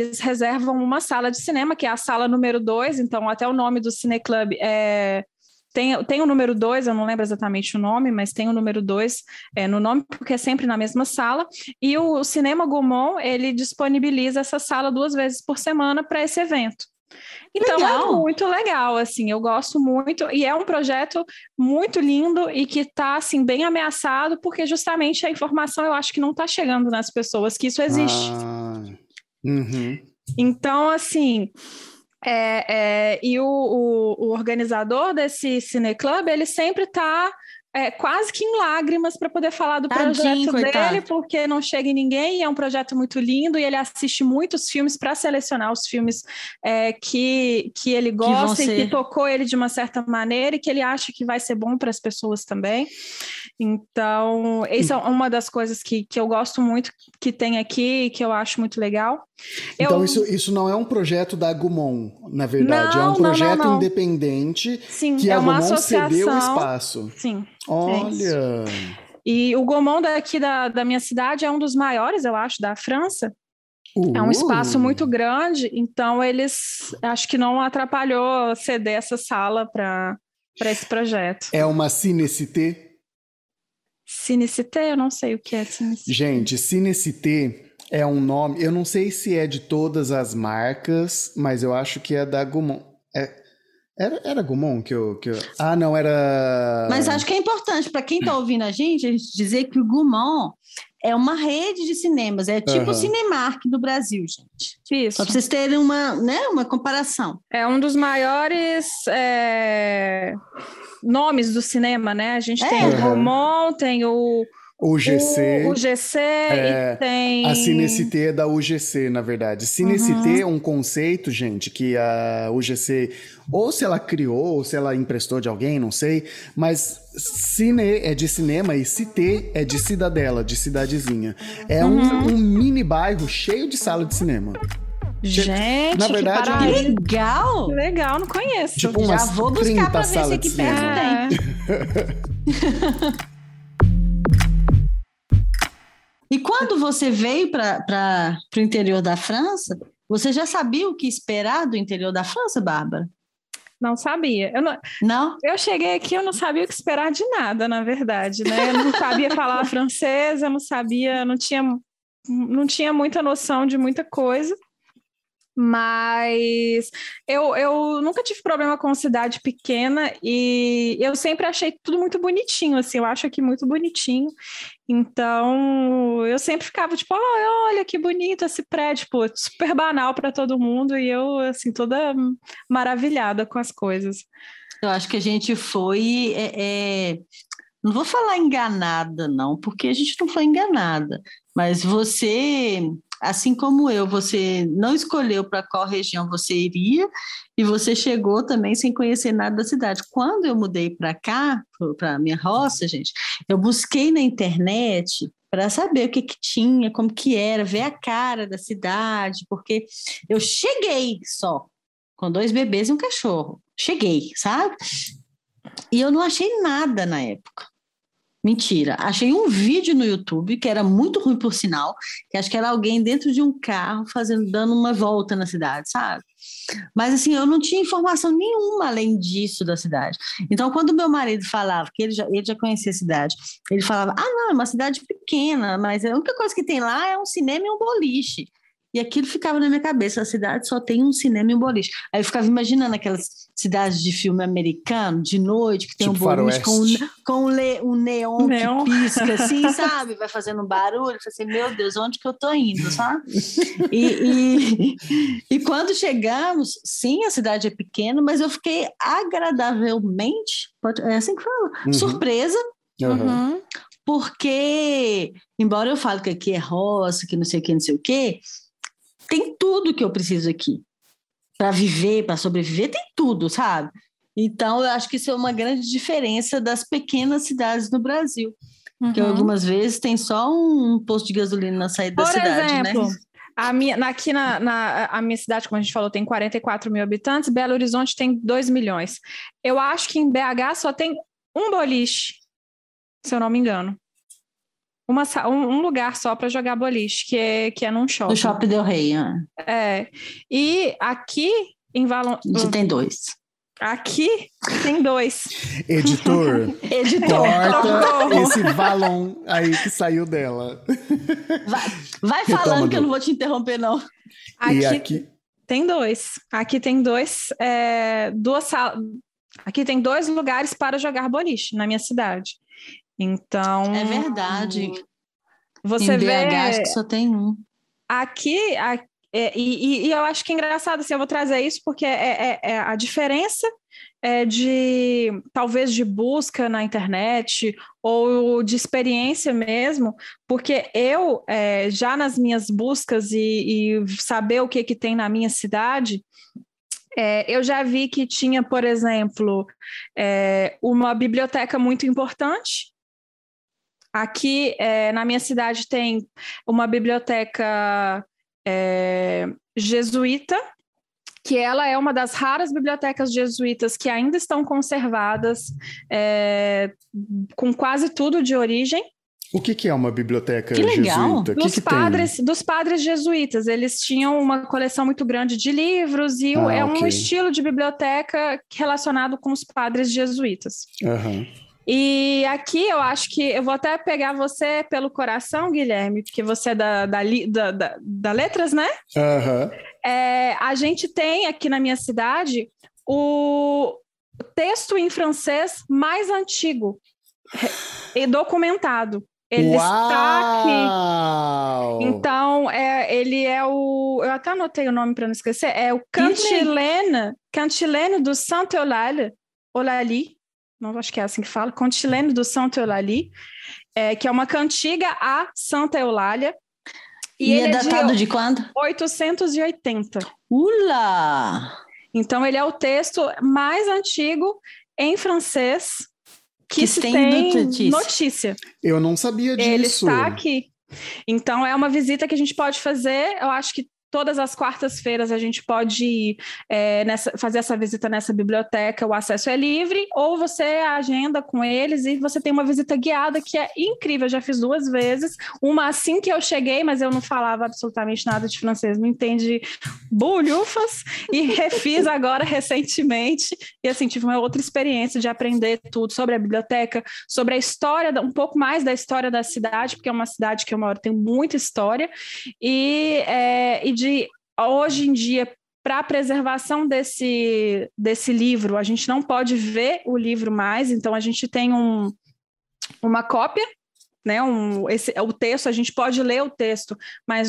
reservam uma sala de cinema, que é a sala número 2. Então até o nome do Cineclub é tem o número 2, eu não lembro exatamente o nome, mas tem o número 2 no nome, porque é sempre na mesma sala, e o Cinema Gaumont, ele disponibiliza essa sala 2 vezes por semana para esse evento. Então é muito legal, assim, eu gosto muito, e é um projeto muito lindo e que está, assim, bem ameaçado, porque justamente a informação eu acho que não está chegando nas pessoas, que isso existe. Então, assim... e o organizador desse cineclub, ele sempre está quase que em lágrimas para poder falar do projeto dele, porque não chega em ninguém, é um projeto muito lindo, e ele assiste muitos filmes para selecionar os filmes que ele gosta e que tocou ele de uma certa maneira e que ele acha que vai ser bom para as pessoas também. Então, essa é uma das coisas que eu gosto muito que tem aqui, que eu acho muito legal. Então, isso não é um projeto da Gaumont, na verdade, é um projeto independente. Sim, que a uma Gaumont associação. Cedeu o espaço. Sim. Olha! E o Gaumont daqui da minha cidade é um dos maiores, eu acho, da França. É um espaço muito grande, então acho que não atrapalhou ceder essa sala para esse projeto. É uma Cinecité? Cinecité? Eu não sei o que é Cinecité. Gente, Cinecité é um nome, eu não sei se é de todas as marcas, mas eu acho que é da Gaumont. Era Gaumont que eu... Ah, não, era... Mas acho que é importante para quem está ouvindo a gente dizer que o Gaumont é uma rede de cinemas, é tipo o Cinemark do Brasil, gente. Isso. Só para vocês terem uma comparação. É um dos maiores nomes do cinema, né? A gente tem o Gaumont, tem o UGC. E tem... A Cinecité é da UGC, na verdade. Cinecité é um conceito, gente, que a UGC, ou se ela criou, ou se ela emprestou de alguém, não sei, mas Cine é de cinema e Cité é de cidadela, de cidadezinha. É um mini bairro cheio de sala de cinema. Gente, na verdade, que legal! Que legal, não conheço. Tipo já vou buscar para ver se aqui perto tem. E quando você veio para o interior da França, você já sabia o que esperar do interior da França, Bárbara? Não sabia. Não? Eu cheguei aqui, eu não sabia o que esperar de nada, na verdade, né? Eu não sabia falar francês, eu não sabia, não tinha muita noção de muita coisa. Mas eu nunca tive problema com cidade pequena e eu sempre achei tudo muito bonitinho, assim, eu acho aqui muito bonitinho. Então, eu sempre ficava tipo, olha que bonito esse prédio, pô, super banal para todo mundo e eu, assim, toda maravilhada com as coisas. Eu acho que a gente foi, não vou falar enganada não, porque a gente não foi enganada, mas você... Assim como você não escolheu para qual região você iria e você chegou também sem conhecer nada da cidade. Quando eu mudei para cá, para a minha roça, gente, eu busquei na internet para saber o que tinha, como que era, ver a cara da cidade, porque eu cheguei só com 2 bebês e um cachorro. Cheguei, sabe? E eu não achei nada na época. Mentira, achei um vídeo no YouTube, que era muito ruim por sinal, que acho que era alguém dentro de um carro dando uma volta na cidade, sabe? Mas assim, eu não tinha informação nenhuma além disso da cidade. Então, quando meu marido falava, que ele já conhecia a cidade, ele falava, não, é uma cidade pequena, mas a única coisa que tem lá é um cinema e um boliche. E aquilo ficava na minha cabeça, a cidade só tem um cinema e um boliche. Aí eu ficava imaginando aquelas cidades de filme americano, de noite, que tem tipo um boliche com um neon que pisca, assim, sabe? Vai fazendo um barulho. Eu falei assim, meu Deus, onde que eu tô indo, sabe? E quando chegamos, sim, a cidade é pequena, mas eu fiquei agradavelmente, é assim que fala, surpresa. Porque, embora eu fale que aqui é roça, que não sei o que, tem tudo que eu preciso aqui. Para viver, para sobreviver, tem tudo, sabe? Então, eu acho que isso é uma grande diferença das pequenas cidades no Brasil. Porque algumas vezes tem só um posto de gasolina na saída da cidade, né? Por exemplo, aqui a minha cidade, como a gente falou, tem 44 mil habitantes, Belo Horizonte tem 2 milhões. Eu acho que em BH só tem um boliche, se eu não me engano. Um lugar só para jogar boliche, que é num shopping. No Shopping Del Rey, E aqui em a gente tem 2. Aqui tem 2. Editor, corta esse balão aí que saiu dela. Vai falando que eu não vou te interromper, não. Aqui tem 2. Aqui tem 2, aqui tem 2 lugares para jogar boliche na minha cidade. Então... É verdade. Você vê... BH acho que só tem um. Aqui e eu acho que é engraçado, assim, eu vou trazer isso porque a diferença talvez de busca na internet ou de experiência mesmo, porque eu, já nas minhas buscas e saber o que tem na minha cidade, eu já vi que tinha, por exemplo, uma biblioteca muito importante. Aqui, na minha cidade, tem uma biblioteca jesuíta, que ela é uma das raras bibliotecas jesuítas que ainda estão conservadas, com quase tudo de origem. O que é uma biblioteca jesuíta? Dos padres jesuítas. Eles tinham uma coleção muito grande de livros e um estilo de biblioteca relacionado com os padres jesuítas. Uhum. E aqui eu acho que eu vou até pegar você pelo coração, Guilherme, porque você é da Letras, né? Uhum. A gente tem aqui na minha cidade o texto em francês mais antigo e documentado. Ele está aqui. Então, ele é o... Eu até anotei o nome para não esquecer. É o Cantilène do Sainte-Eulalie. Não acho que é assim que fala. Cantilène do Sainte-Eulalie, que é uma cantiga a Santa Eulália. E ele é datado de quando? 880. Ula! Então, ele é o texto mais antigo em francês que se tem notícia. Eu não sabia disso. Ele está aqui. Então, é uma visita que a gente pode fazer. Eu acho que todas as quartas-feiras a gente pode ir, fazer essa visita nessa biblioteca, o acesso é livre, ou você agenda com eles e você tem uma visita guiada que é incrível. Eu já fiz 2 vezes, uma assim que eu cheguei, mas eu não falava absolutamente nada de francês, não entendi bulhufas, e refiz agora recentemente, e assim, tive uma outra experiência de aprender tudo sobre a biblioteca, sobre a história, um pouco mais da história da cidade, porque é uma cidade que eu moro, tem muita história, e de hoje em dia, para a preservação desse livro, a gente não pode ver o livro mais, então a gente tem uma cópia, né? O texto, a gente pode ler o texto, mas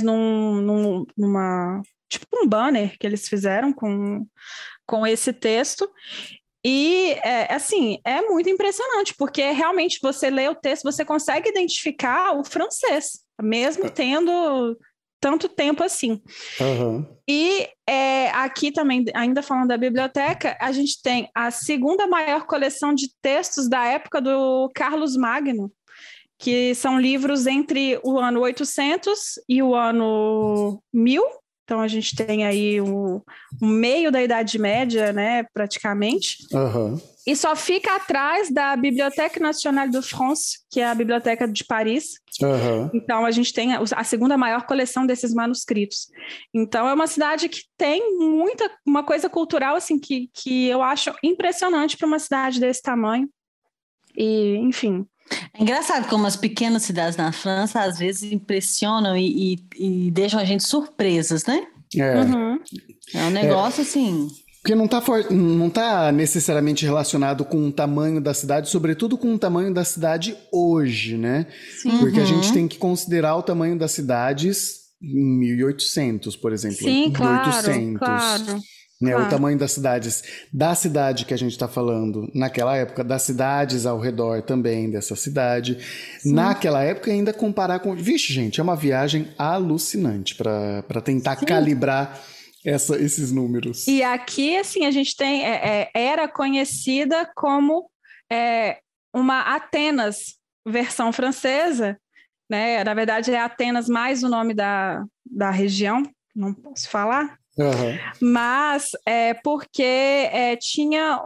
numa tipo um banner que eles fizeram com esse texto. E, assim, é muito impressionante, porque realmente você lê o texto, você consegue identificar o francês, mesmo tendo tanto tempo assim. Uhum. E aqui também, ainda falando da biblioteca, a gente tem a segunda maior coleção de textos da época do Carlos Magno, que são livros entre o ano 800 e o ano 1000. Então, a gente tem aí o meio da Idade Média, né, praticamente. Uhum. E só fica atrás da Bibliothèque Nationale de France, que é a Biblioteca de Paris. Uhum. Então, a gente tem a segunda maior coleção desses manuscritos. Então, é uma cidade que tem uma coisa cultural assim, que eu acho impressionante para uma cidade desse tamanho. E, enfim... É engraçado como as pequenas cidades na França às vezes impressionam e deixam a gente surpresas, né? Uhum. É um negócio assim... Porque não tá necessariamente relacionado com o tamanho da cidade, sobretudo com o tamanho da cidade hoje, né? Sim. Porque a gente tem que considerar o tamanho das cidades em 1800, por exemplo. Sim, claro, 1800. claro. Né, Claro. O tamanho das cidades, da cidade que a gente está falando naquela época, das cidades ao redor também dessa cidade. Sim. Naquela época ainda comparar com... Vixe, gente, é uma viagem alucinante para tentar calibrar esses números. E aqui, assim, a gente tem... era conhecida como uma Atenas versão francesa, né? Na verdade, é Atenas mais o nome da região, não posso falar. Uhum. Mas porque tinha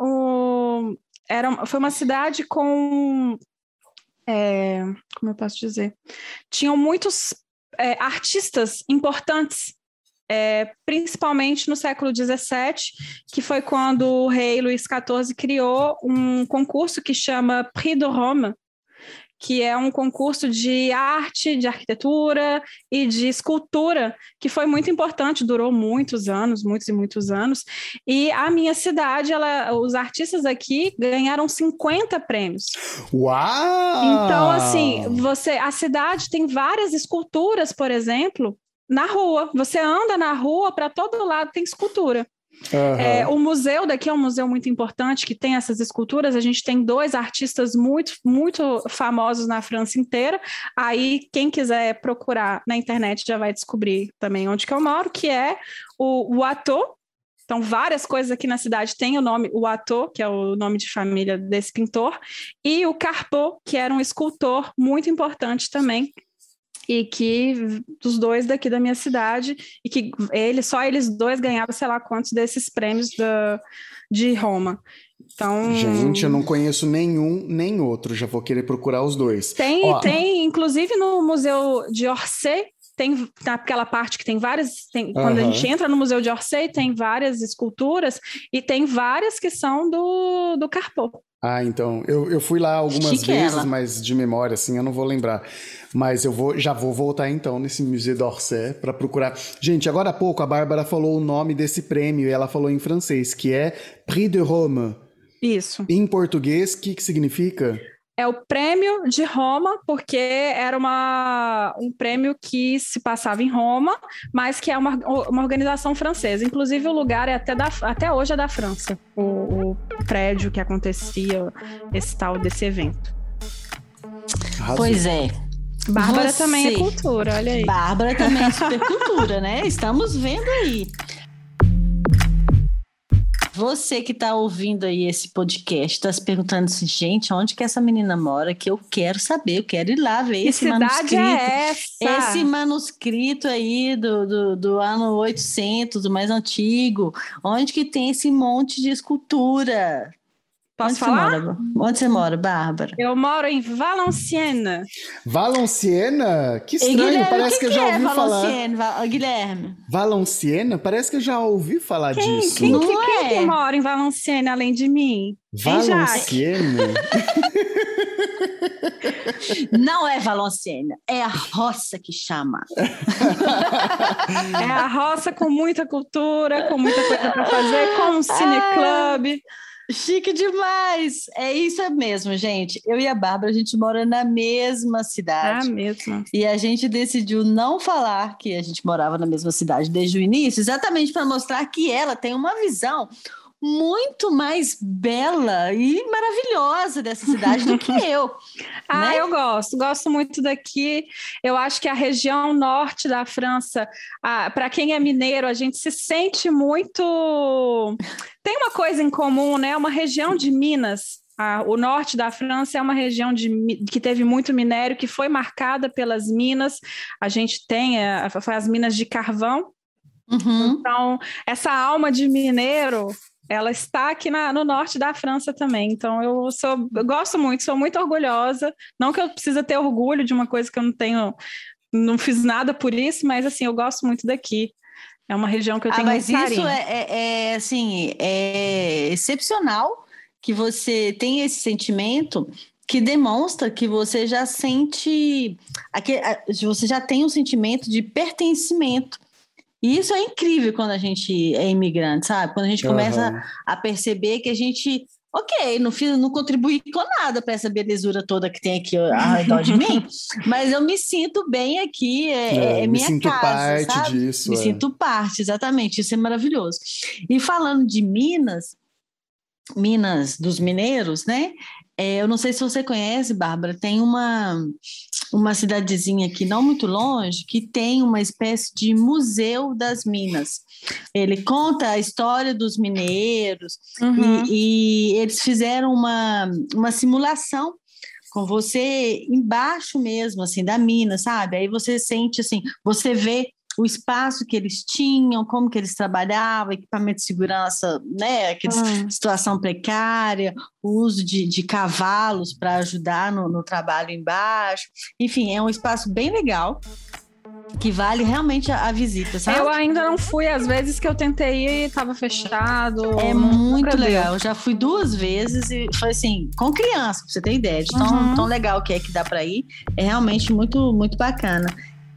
foi uma cidade com como eu posso dizer, tinham muitos artistas importantes principalmente no século XVII, que foi quando o rei Luís XIV criou um concurso que chama Prix de Rome, que é um concurso de arte, de arquitetura e de escultura, que foi muito importante, durou muitos e muitos anos. E a minha cidade, os artistas aqui ganharam 50 prêmios. Uau! Então, assim, a cidade tem várias esculturas, por exemplo, na rua. Você anda na rua, para todo lado tem escultura. O museu daqui é um museu muito importante que tem essas esculturas. A gente tem 2 artistas muito, muito famosos na França inteira. Aí quem quiser procurar na internet já vai descobrir também onde que eu moro, que é o Watteau. Então várias coisas aqui na cidade têm o nome Watteau, que é o nome de família desse pintor, e o Carpeaux, que era um escultor muito importante também, e que dos 2 daqui da minha cidade, e que só eles 2 ganharam sei lá quantos desses prêmios de Roma. Então, gente, eu não conheço nenhum nem outro, já vou querer procurar os 2. Tem inclusive no Museu de Orsay, tem naquela parte que tem várias, quando a gente entra no Museu de Orsay, tem várias esculturas, e tem várias que são do Carpeaux. Então, eu fui lá algumas vezes, mas de memória, assim, eu não vou lembrar. Mas já vou voltar, então, nesse Musée d'Orsay para procurar. Gente, agora há pouco a Bárbara falou o nome desse prêmio e ela falou em francês, que é Prix de Rome. Isso. Em português, o que significa? É o Prêmio de Roma, porque era um prêmio que se passava em Roma, mas que é uma organização francesa. Inclusive, o lugar até hoje é da França, o prédio que acontecia desse evento. Arrasou. Pois é. Bárbara também é cultura, olha aí. Bárbara também é super cultura, né? Estamos vendo aí. Você que está ouvindo aí esse podcast, está se perguntando assim, gente, onde que essa menina mora? Que eu quero saber, eu quero ir lá ver esse manuscrito. É essa? Esse manuscrito aí do ano 800, do mais antigo. Onde que tem esse monte de escultura? Posso falar? Onde você mora, Bárbara? Eu moro em Valenciennes. Valenciennes? Que estranho, Guilherme, parece que eu já ouvi falar. Guilherme. Valenciennes? Parece que eu já ouvi falar disso. Quem que mora em Valenciennes além de mim? Valenciennes? Não é Valenciennes, é a roça que chama. É a roça com muita cultura, com muita coisa para fazer, com um cineclube. Chique demais! É isso mesmo, gente. Eu e a Bárbara, a gente mora na mesma cidade. Na mesma. E a gente decidiu não falar que a gente morava na mesma cidade desde o início, exatamente para mostrar que ela tem uma visão muito mais bela e maravilhosa dessa cidade do que eu. Né? Eu gosto muito daqui. Eu acho que a região norte da França, para quem é mineiro, a gente se sente muito... Tem uma coisa em comum, né? Uma região de Minas. O norte da França é uma região que teve muito minério, que foi marcada pelas minas. A gente tem as minas de carvão. Uhum. Então, essa alma de mineiro... ela está aqui no norte da França também. Então, eu gosto muito, sou muito orgulhosa. Não que eu precise ter orgulho de uma coisa que eu não fiz nada por isso, mas assim, eu gosto muito daqui. É uma região que eu tenho muito carinho. Mas isso é excepcional que você tem esse sentimento que demonstra que você já você já tem um sentimento de pertencimento. E isso é incrível quando a gente é imigrante, sabe? Quando a gente começa a perceber que a gente, não contribui com nada para essa belezura toda que tem aqui ao redor de mim, mas eu me sinto bem aqui, é minha casa, me sinto parte sabe? disso. Me sinto parte, exatamente, isso é maravilhoso. E falando de Minas dos mineiros, né? Eu não sei se você conhece, Bárbara, tem uma cidadezinha aqui, não muito longe, que tem uma espécie de museu das minas. Ele conta a história dos mineiros e eles fizeram uma simulação com você embaixo mesmo, assim, da mina, sabe? Aí você sente, assim, você vê o espaço que eles tinham, como que eles trabalhavam, equipamento de segurança, né, situação precária, o uso de cavalos para ajudar no trabalho embaixo. Enfim, é um espaço bem legal. que vale realmente a visita, sabe? Eu ainda não fui, às vezes que eu tentei ir, estava fechado. É muito legal, eu já fui 2 vezes e foi assim, com criança, pra você ter ideia de tão legal que é que dá pra ir, é realmente muito, muito bacana.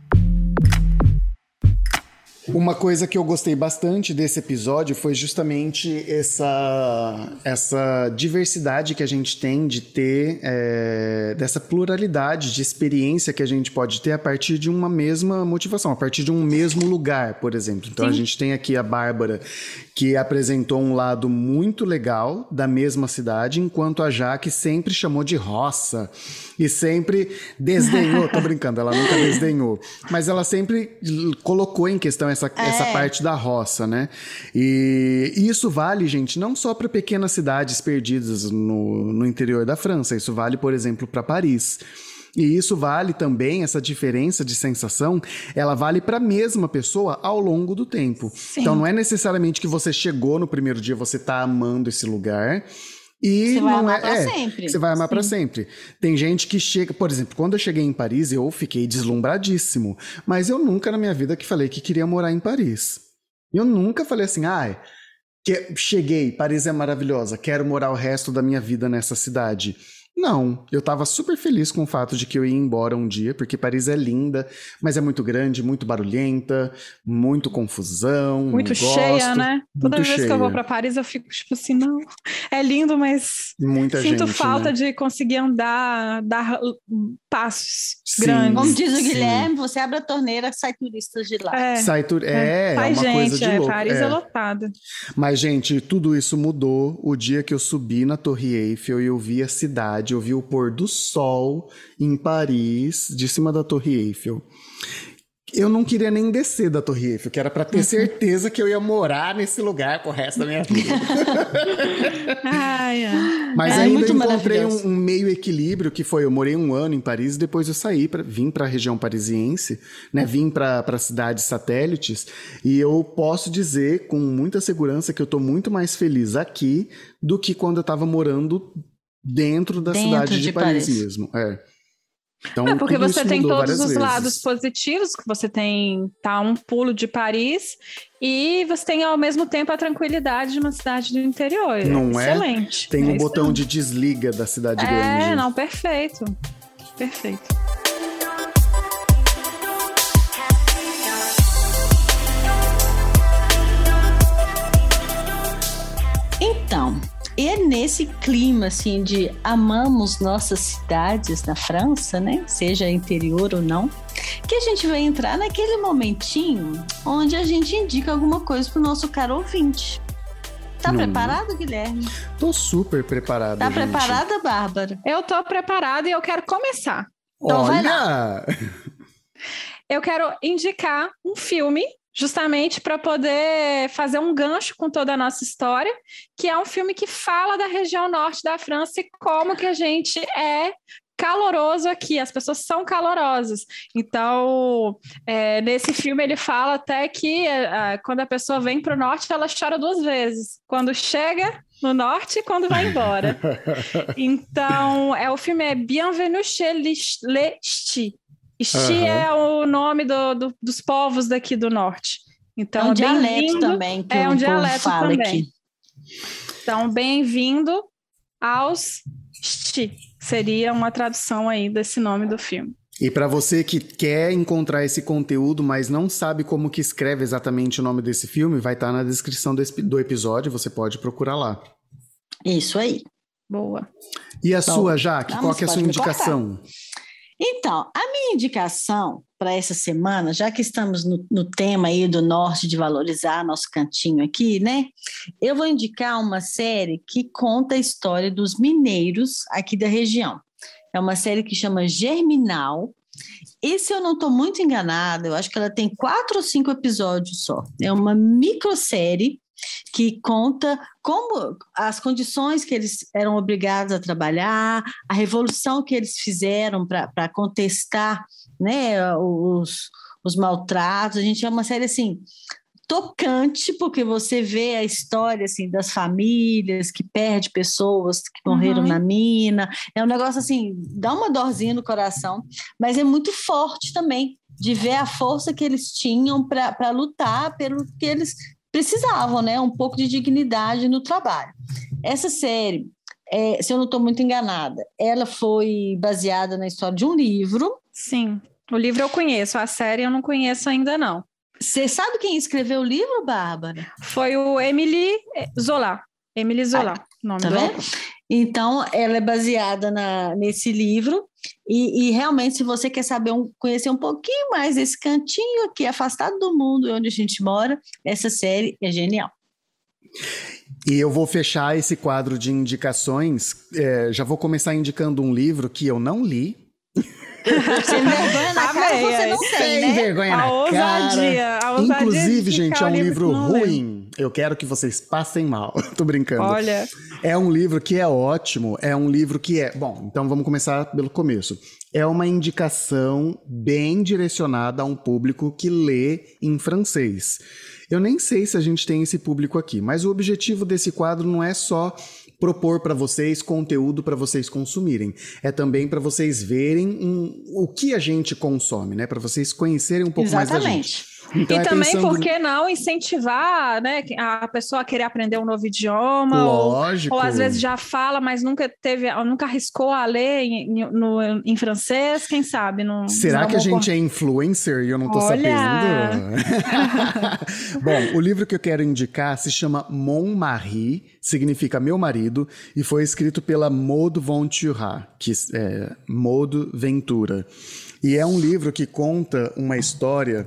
Uma coisa que eu gostei bastante desse episódio foi justamente essa diversidade que a gente tem de ter, dessa pluralidade de experiência que a gente pode ter a partir de uma mesma motivação, a partir de um mesmo lugar, por exemplo. Então, a gente tem aqui a Bárbara, que apresentou um lado muito legal da mesma cidade, enquanto a Jaque sempre chamou de roça e sempre desdenhou, tô brincando, ela nunca desdenhou, mas ela sempre colocou em questão essa parte da roça, né? E isso vale, gente, não só para pequenas cidades perdidas no interior da França, isso vale, por exemplo, para Paris. E isso vale também, essa diferença de sensação, ela vale para a mesma pessoa ao longo do tempo. Sim. Então não é necessariamente que você chegou no primeiro dia, você tá amando esse lugar. E você vai amar pra sempre. Você vai amar pra sempre. Tem gente que chega... Por exemplo, quando eu cheguei em Paris, eu fiquei deslumbradíssimo. Mas eu nunca na minha vida que falei que queria morar em Paris. Eu nunca falei assim, cheguei, Paris é maravilhosa, quero morar o resto da minha vida nessa cidade. Não, eu tava super feliz com o fato de que eu ia embora um dia, porque Paris é linda, mas é muito grande, muito barulhenta, muito confusão, muito cheia, né? Toda vez que eu vou pra Paris eu fico tipo assim, não, é lindo, mas sinto falta de conseguir andar, dar passos grandes. Como diz o Guilherme, você abre a torneira, sai turistas de lá. É uma coisa de louco. Paris é lotada. Mas, gente, tudo isso mudou o dia que eu subi na Torre Eiffel e eu vi a cidade. Eu vi o pôr do sol em Paris, de cima da Torre Eiffel. Eu não queria nem descer da Torre Eiffel, que era para ter certeza que eu ia morar nesse lugar pro resto da minha vida. Mas ainda encontrei um meio equilíbrio, que foi, eu morei 1 ano em Paris, depois eu vim para a região parisiense, né, vim para cidades satélites, e eu posso dizer com muita segurança que eu tô muito mais feliz aqui do que quando eu tava morando dentro da cidade de Paris mesmo. Então, porque você tem todos os lados positivos, que você tem um pulo de Paris e você tem ao mesmo tempo a tranquilidade de uma cidade do interior. Não excelente. Tem um botão de desliga da cidade grande. Não, perfeito. Perfeito. Então, e nesse clima, assim, de amamos nossas cidades na França, né? Seja interior ou não, que a gente vai entrar naquele momentinho onde a gente indica alguma coisa pro nosso caro ouvinte. Tá preparado, Guilherme? Tô super preparado, Tá preparada, Bárbara? Eu tô preparada e eu quero começar. Então vai lá. Eu quero indicar um filme justamente para poder fazer um gancho com toda a nossa história, que é um filme que fala da região norte da França e como que a gente é caloroso aqui, as pessoas são calorosas. Então, nesse filme ele fala até que quando a pessoa vem para o norte, ela chora 2 vezes. Quando chega no norte e quando vai embora. Então, o filme é Bienvenue chez les Ch'tis. Ch'ti é o nome dos povos daqui do norte. Então, é um dialeto também. Que um dialeto fala também. Aqui. Então, bem-vindo aos Ch'ti. Seria uma tradução aí desse nome do filme. E para você que quer encontrar esse conteúdo, mas não sabe como que escreve exatamente o nome desse filme, vai estar na descrição do episódio, você pode procurar lá. Isso aí. Boa. E a sua, Jaque? Qual que é a sua indicação? Então, a minha indicação para essa semana, já que estamos no tema aí do norte, de valorizar nosso cantinho aqui, né? Eu vou indicar uma série que conta a história dos mineiros aqui da região. É uma série que chama Germinal. E se eu não estou muito enganada, eu acho que ela tem 4 ou 5 episódios só. É uma microsérie que conta como as condições que eles eram obrigados a trabalhar, a revolução que eles fizeram para contestar, né, os maltratos. A gente é uma série assim tocante, porque você vê a história assim das famílias que perdem pessoas que morreram na mina. É um negócio assim, dá uma dorzinha no coração, mas é muito forte também. de ver a força que eles tinham para lutar pelo que eles precisavam, né? Um pouco de dignidade no trabalho. Essa série, se eu não estou muito enganada, ela foi baseada na história de um livro. Sim, o livro eu conheço, a série eu não conheço ainda não. Você sabe quem escreveu o livro, Bárbara? Foi o Émile Zola. Émile Zola, nome tá do vendo? autor. Então, ela é baseada nesse livro e realmente, se você quer conhecer um pouquinho mais desse cantinho aqui, afastado do mundo onde a gente mora, essa série é genial. E eu vou fechar esse quadro de indicações, já vou começar indicando um livro que eu não li. Sem vergonha na cara, você não tem, né? Sem vergonha na ousadia, cara. A ousadia. Inclusive, gente, é um livro ruim. Lembro. Eu quero que vocês passem mal. Tô brincando. Olha. É um livro que é ótimo. É um livro que é... Bom, então vamos começar pelo começo. É uma indicação bem direcionada a um público que lê em francês. Eu nem sei se a gente tem esse público aqui, mas o objetivo desse quadro não é só propor para vocês conteúdo para vocês consumirem. É também para vocês verem o que a gente consome, né? Para vocês conhecerem um pouco mais da gente. Então, e também, por que não incentivar, né, a pessoa a querer aprender um novo idioma? Lógico. Ou às vezes já fala, mas nunca arriscou a ler em francês, quem sabe? Será que a gente é influencer e eu não tô sabendo? Bom, o livro que eu quero indicar se chama Mon Mari, significa meu marido, e foi escrito pela Maud Ventura, que é Maud Ventura. E é um livro que conta uma história...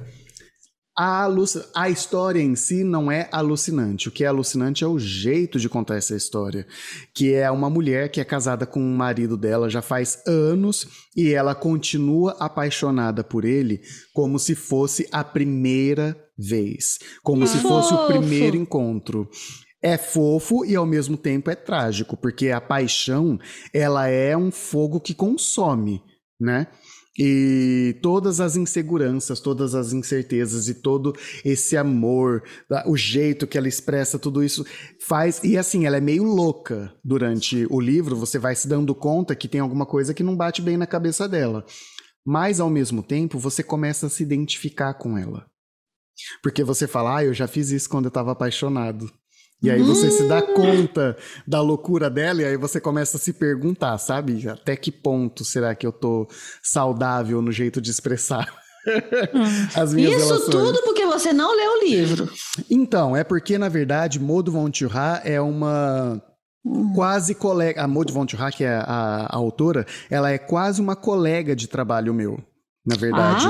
A história em si não é alucinante. O que é alucinante é o jeito de contar essa história. Que é uma mulher que é casada com o marido dela já faz anos e ela continua apaixonada por ele como se fosse a primeira vez. Como se fosse o primeiro encontro. É fofo e ao mesmo tempo é trágico, porque a paixão, ela é um fogo que consome, né? E todas as inseguranças, todas as incertezas e todo esse amor, o jeito que ela expressa tudo isso faz... E assim, ela é meio louca durante o livro, você vai se dando conta que tem alguma coisa que não bate bem na cabeça dela. Mas ao mesmo tempo, você começa a se identificar com ela. Porque você fala, eu já fiz isso quando eu estava apaixonado. E aí você se dá conta da loucura dela e aí você começa a se perguntar, sabe? Até que ponto será que eu tô saudável no jeito de expressar as minhas relações? Isso tudo porque você não leu o livro. Então, é porque, na verdade, Maud Ventura é uma... quase colega... A Maud Ventura, que é a autora, ela é quase uma colega de trabalho meu, na verdade.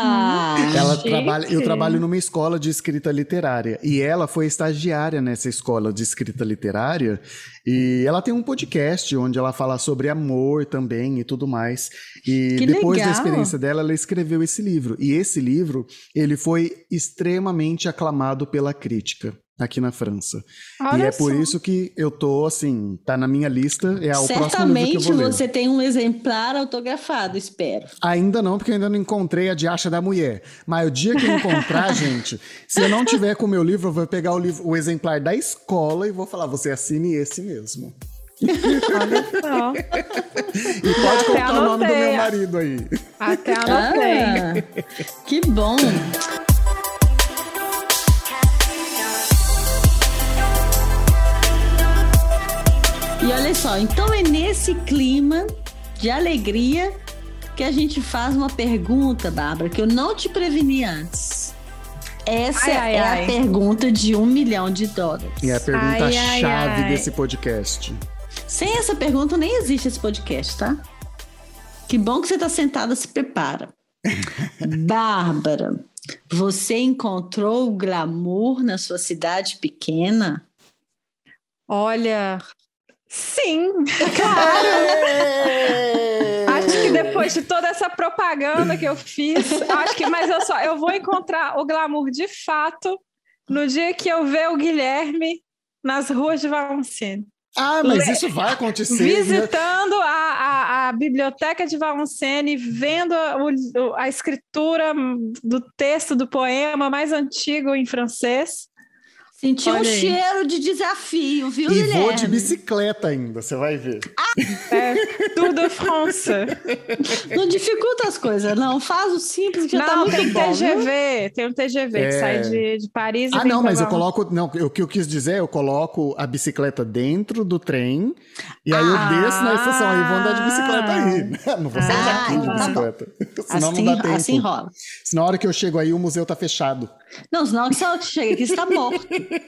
Eu trabalho numa escola de escrita literária e ela foi estagiária nessa escola de escrita literária e ela tem um podcast onde ela fala sobre amor também e tudo mais. E que depois legal. da experiência dela, ela escreveu esse livro. E esse livro, ele foi extremamente aclamado pela crítica aqui na França. Olha e é só. por isso que eu tô, assim, tá na minha lista, é o próximo livro que eu Certamente vou ler. você tem um exemplar autografado, espero. Ainda não, porque eu ainda não encontrei a de Acha da Mulher. Mas o dia que eu encontrar, gente, se eu não tiver com o meu livro, eu vou pegar o exemplar da escola e vou falar, você assine esse mesmo. Olha só. E pode colocar o nome do meu marido aí. Até anotei. Que bom. E olha só, então é nesse clima de alegria que a gente faz uma pergunta, Bárbara, que eu não te preveni antes. Essa é a pergunta de $1 milhão. E é a pergunta-chave desse podcast. Sem essa pergunta nem existe esse podcast, tá? Que bom que você está sentada, se prepara. Bárbara, você encontrou o glamour na sua cidade pequena? Olha... Sim, claro. Acho que depois de toda essa propaganda que eu fiz, mas eu vou encontrar o glamour de fato no dia que eu ver o Guilherme nas ruas de Valenciennes. Ah, mas isso vai acontecer. Visitando a biblioteca de Valenciennes, vendo a escritura do texto do poema mais antigo em francês. Senti um cheiro de desafio, viu, Guilherme? E vou de bicicleta ainda, você vai ver. Tour de France. É. Não dificulta as coisas, não. Faz o simples que já tá muito tem bom. TGV, tem um TGV que sai de Paris e vem não, mas pra eu coloco... Não, o que eu quis dizer, eu coloco a bicicleta dentro do trem e aí eu desço na estação aí vou andar de bicicleta aí. Não vou sair daqui de bicicleta. Senão assim, não dá tempo. Assim rola. Senão na hora que eu chego aí o museu tá fechado. Não, senão que você chega aqui, você tá morto.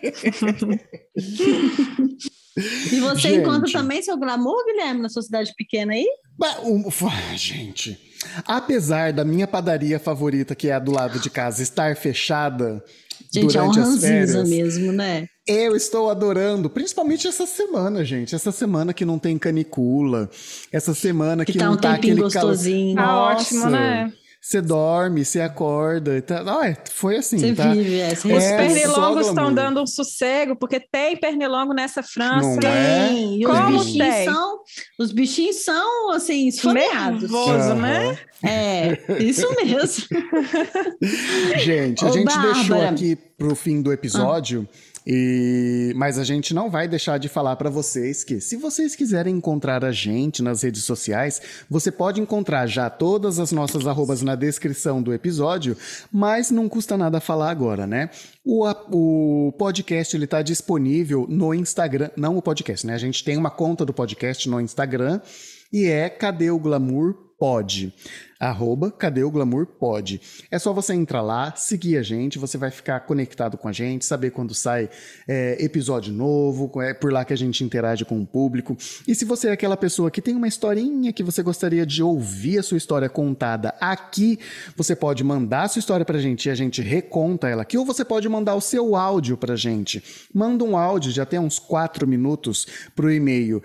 E você encontra também seu glamour, Guilherme, na sua cidade pequena aí? Gente, apesar da minha padaria favorita, que é a do lado de casa, estar fechada durante as férias, mesmo, né? Eu estou adorando, principalmente essa semana, gente. Essa semana que não tem canicula, essa semana que não tá aquele gostosinho. Ótimo, né? Você dorme, você acorda. Foi assim, você tá? Vive, Os pernilongos estão dando um sossego, porque tem pernilongo nessa França. Tem. E como os bichinhos são, assim, esfomeados. Nervoso, né? É, isso mesmo. Gente, a gente deixou aqui pro fim do episódio... Mas a gente não vai deixar de falar para vocês que, se vocês quiserem encontrar a gente nas redes sociais, você pode encontrar já todas as nossas arrobas na descrição do episódio, mas não custa nada falar agora, né? O podcast ele tá disponível no Instagram, não o podcast, né? A gente tem uma conta do podcast no Instagram e é Cadê o Glamour Pod? @Cadê o Glamour Pod. É só você entrar lá, seguir a gente, você vai ficar conectado com a gente, saber quando sai episódio novo, é por lá que a gente interage com o público. E se você é aquela pessoa que tem uma historinha que você gostaria de ouvir a sua história contada aqui, você pode mandar a sua história pra gente e a gente reconta ela aqui, ou você pode mandar o seu áudio pra gente. Manda um áudio de até uns 4 minutos pro e-mail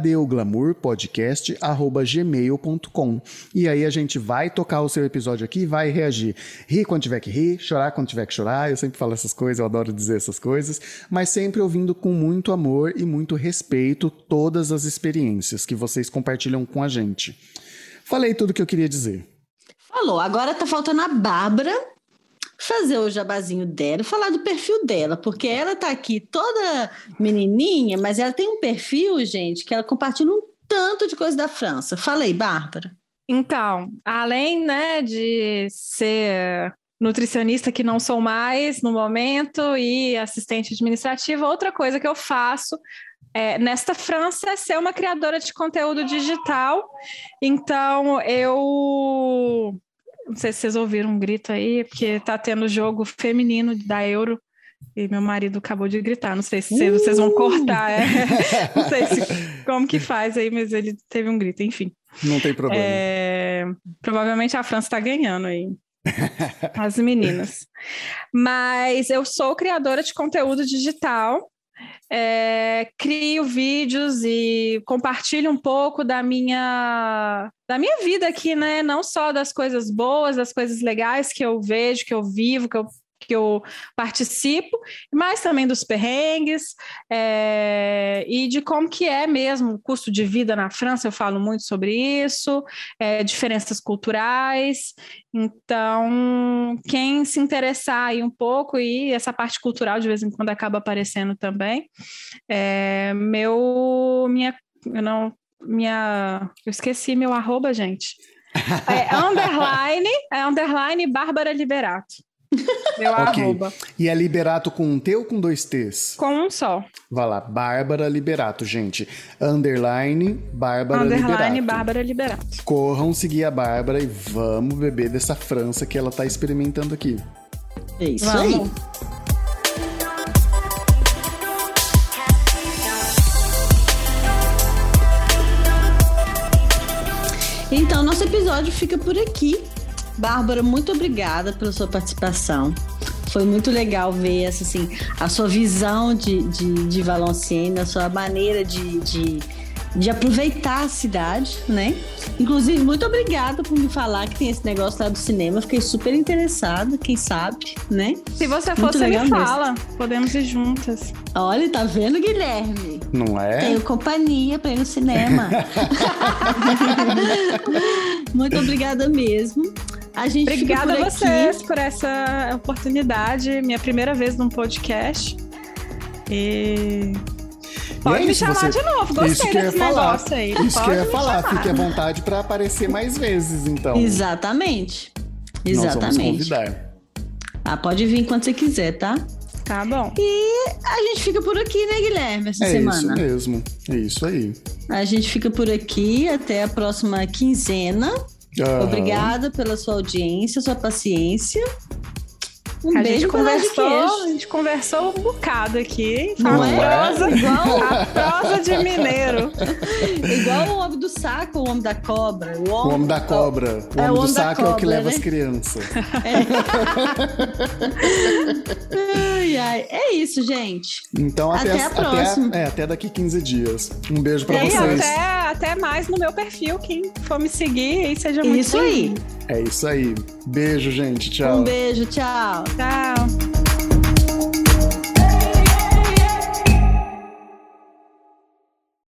cadeoglamourpodcast@gmail.com. E aí a gente vai tocar o seu episódio aqui e vai reagir. Rir quando tiver que rir, chorar quando tiver que chorar. Eu sempre falo essas coisas, eu adoro dizer essas coisas, mas sempre ouvindo com muito amor e muito respeito todas as experiências que vocês compartilham com a gente. Falei tudo o que eu queria dizer. Falou. Agora tá faltando a Bárbara fazer o jabazinho dela, falar do perfil dela, porque ela tá aqui toda menininha, mas ela tem um perfil, gente, que ela compartilha um tanto de coisa da França. Falei, Bárbara. Então, além, né, de ser nutricionista, que não sou mais no momento, e assistente administrativa, outra coisa que eu faço nesta França é ser uma criadora de conteúdo digital. Então, eu... Não sei se vocês ouviram um grito aí, porque tá tendo jogo feminino da Euro, e meu marido acabou de gritar. Não sei se vocês vão cortar. Não sei como que faz aí, mas ele teve um grito, enfim. Não tem problema. Provavelmente a França está ganhando aí, as meninas. Mas eu sou criadora de conteúdo digital, crio vídeos e compartilho um pouco da minha vida aqui, né? Não só das coisas boas, das coisas legais que eu vejo, que eu vivo, que eu participo, mas também dos perrengues e de como que é mesmo o custo de vida na França. Eu falo muito sobre isso, diferenças culturais. Então, quem se interessar aí um pouco, e essa parte cultural de vez em quando acaba aparecendo também, eu esqueci meu arroba, gente. Underline Bárbara Liberato. Meu arroba. E é Liberato com um T ou com 2 T's? Com um só. Vai lá, Bárbara Liberato, gente. Underline Bárbara Liberato. Corram seguir a Bárbara e vamos beber dessa França que ela tá experimentando aqui. É isso aí. Então, nosso episódio fica por aqui. Bárbara, muito obrigada pela sua participação. Foi muito legal ver a sua visão de Valenciennes, a sua maneira de aproveitar a cidade, né? Inclusive, muito obrigada por me falar que tem esse negócio lá do cinema. Fiquei super interessada, quem sabe, né? Se você for, você me fala. Podemos ir juntas. Olha, tá vendo, Guilherme? Não é? Tenho companhia pra ir no cinema. Muito obrigada mesmo. Obrigada a vocês por essa oportunidade. Minha primeira vez num podcast. Pode me chamar de novo, gostei desse negócio aí. Isso que eu ia falar, fique à vontade para aparecer mais vezes, então. Exatamente. Nós vamos convidar. Pode vir quando você quiser, tá? Tá bom. E a gente fica por aqui, né, Guilherme, essa semana? É isso mesmo, é isso aí. A gente fica por aqui até a próxima quinzena. Obrigada pela sua audiência, sua paciência. A gente conversou um bocado aqui. A prosa de mineiro. Igual o homem do saco, o homem da cobra. O homem da cobra. O homem do saco é o que leva as crianças. É isso, gente. Então até a próxima. Até daqui 15 dias. Um beijo pra vocês. Até mais no meu perfil. Quem for me seguir, aí seja muito isso aí. É isso aí. Beijo, gente. Tchau. Um beijo, tchau. Tchau.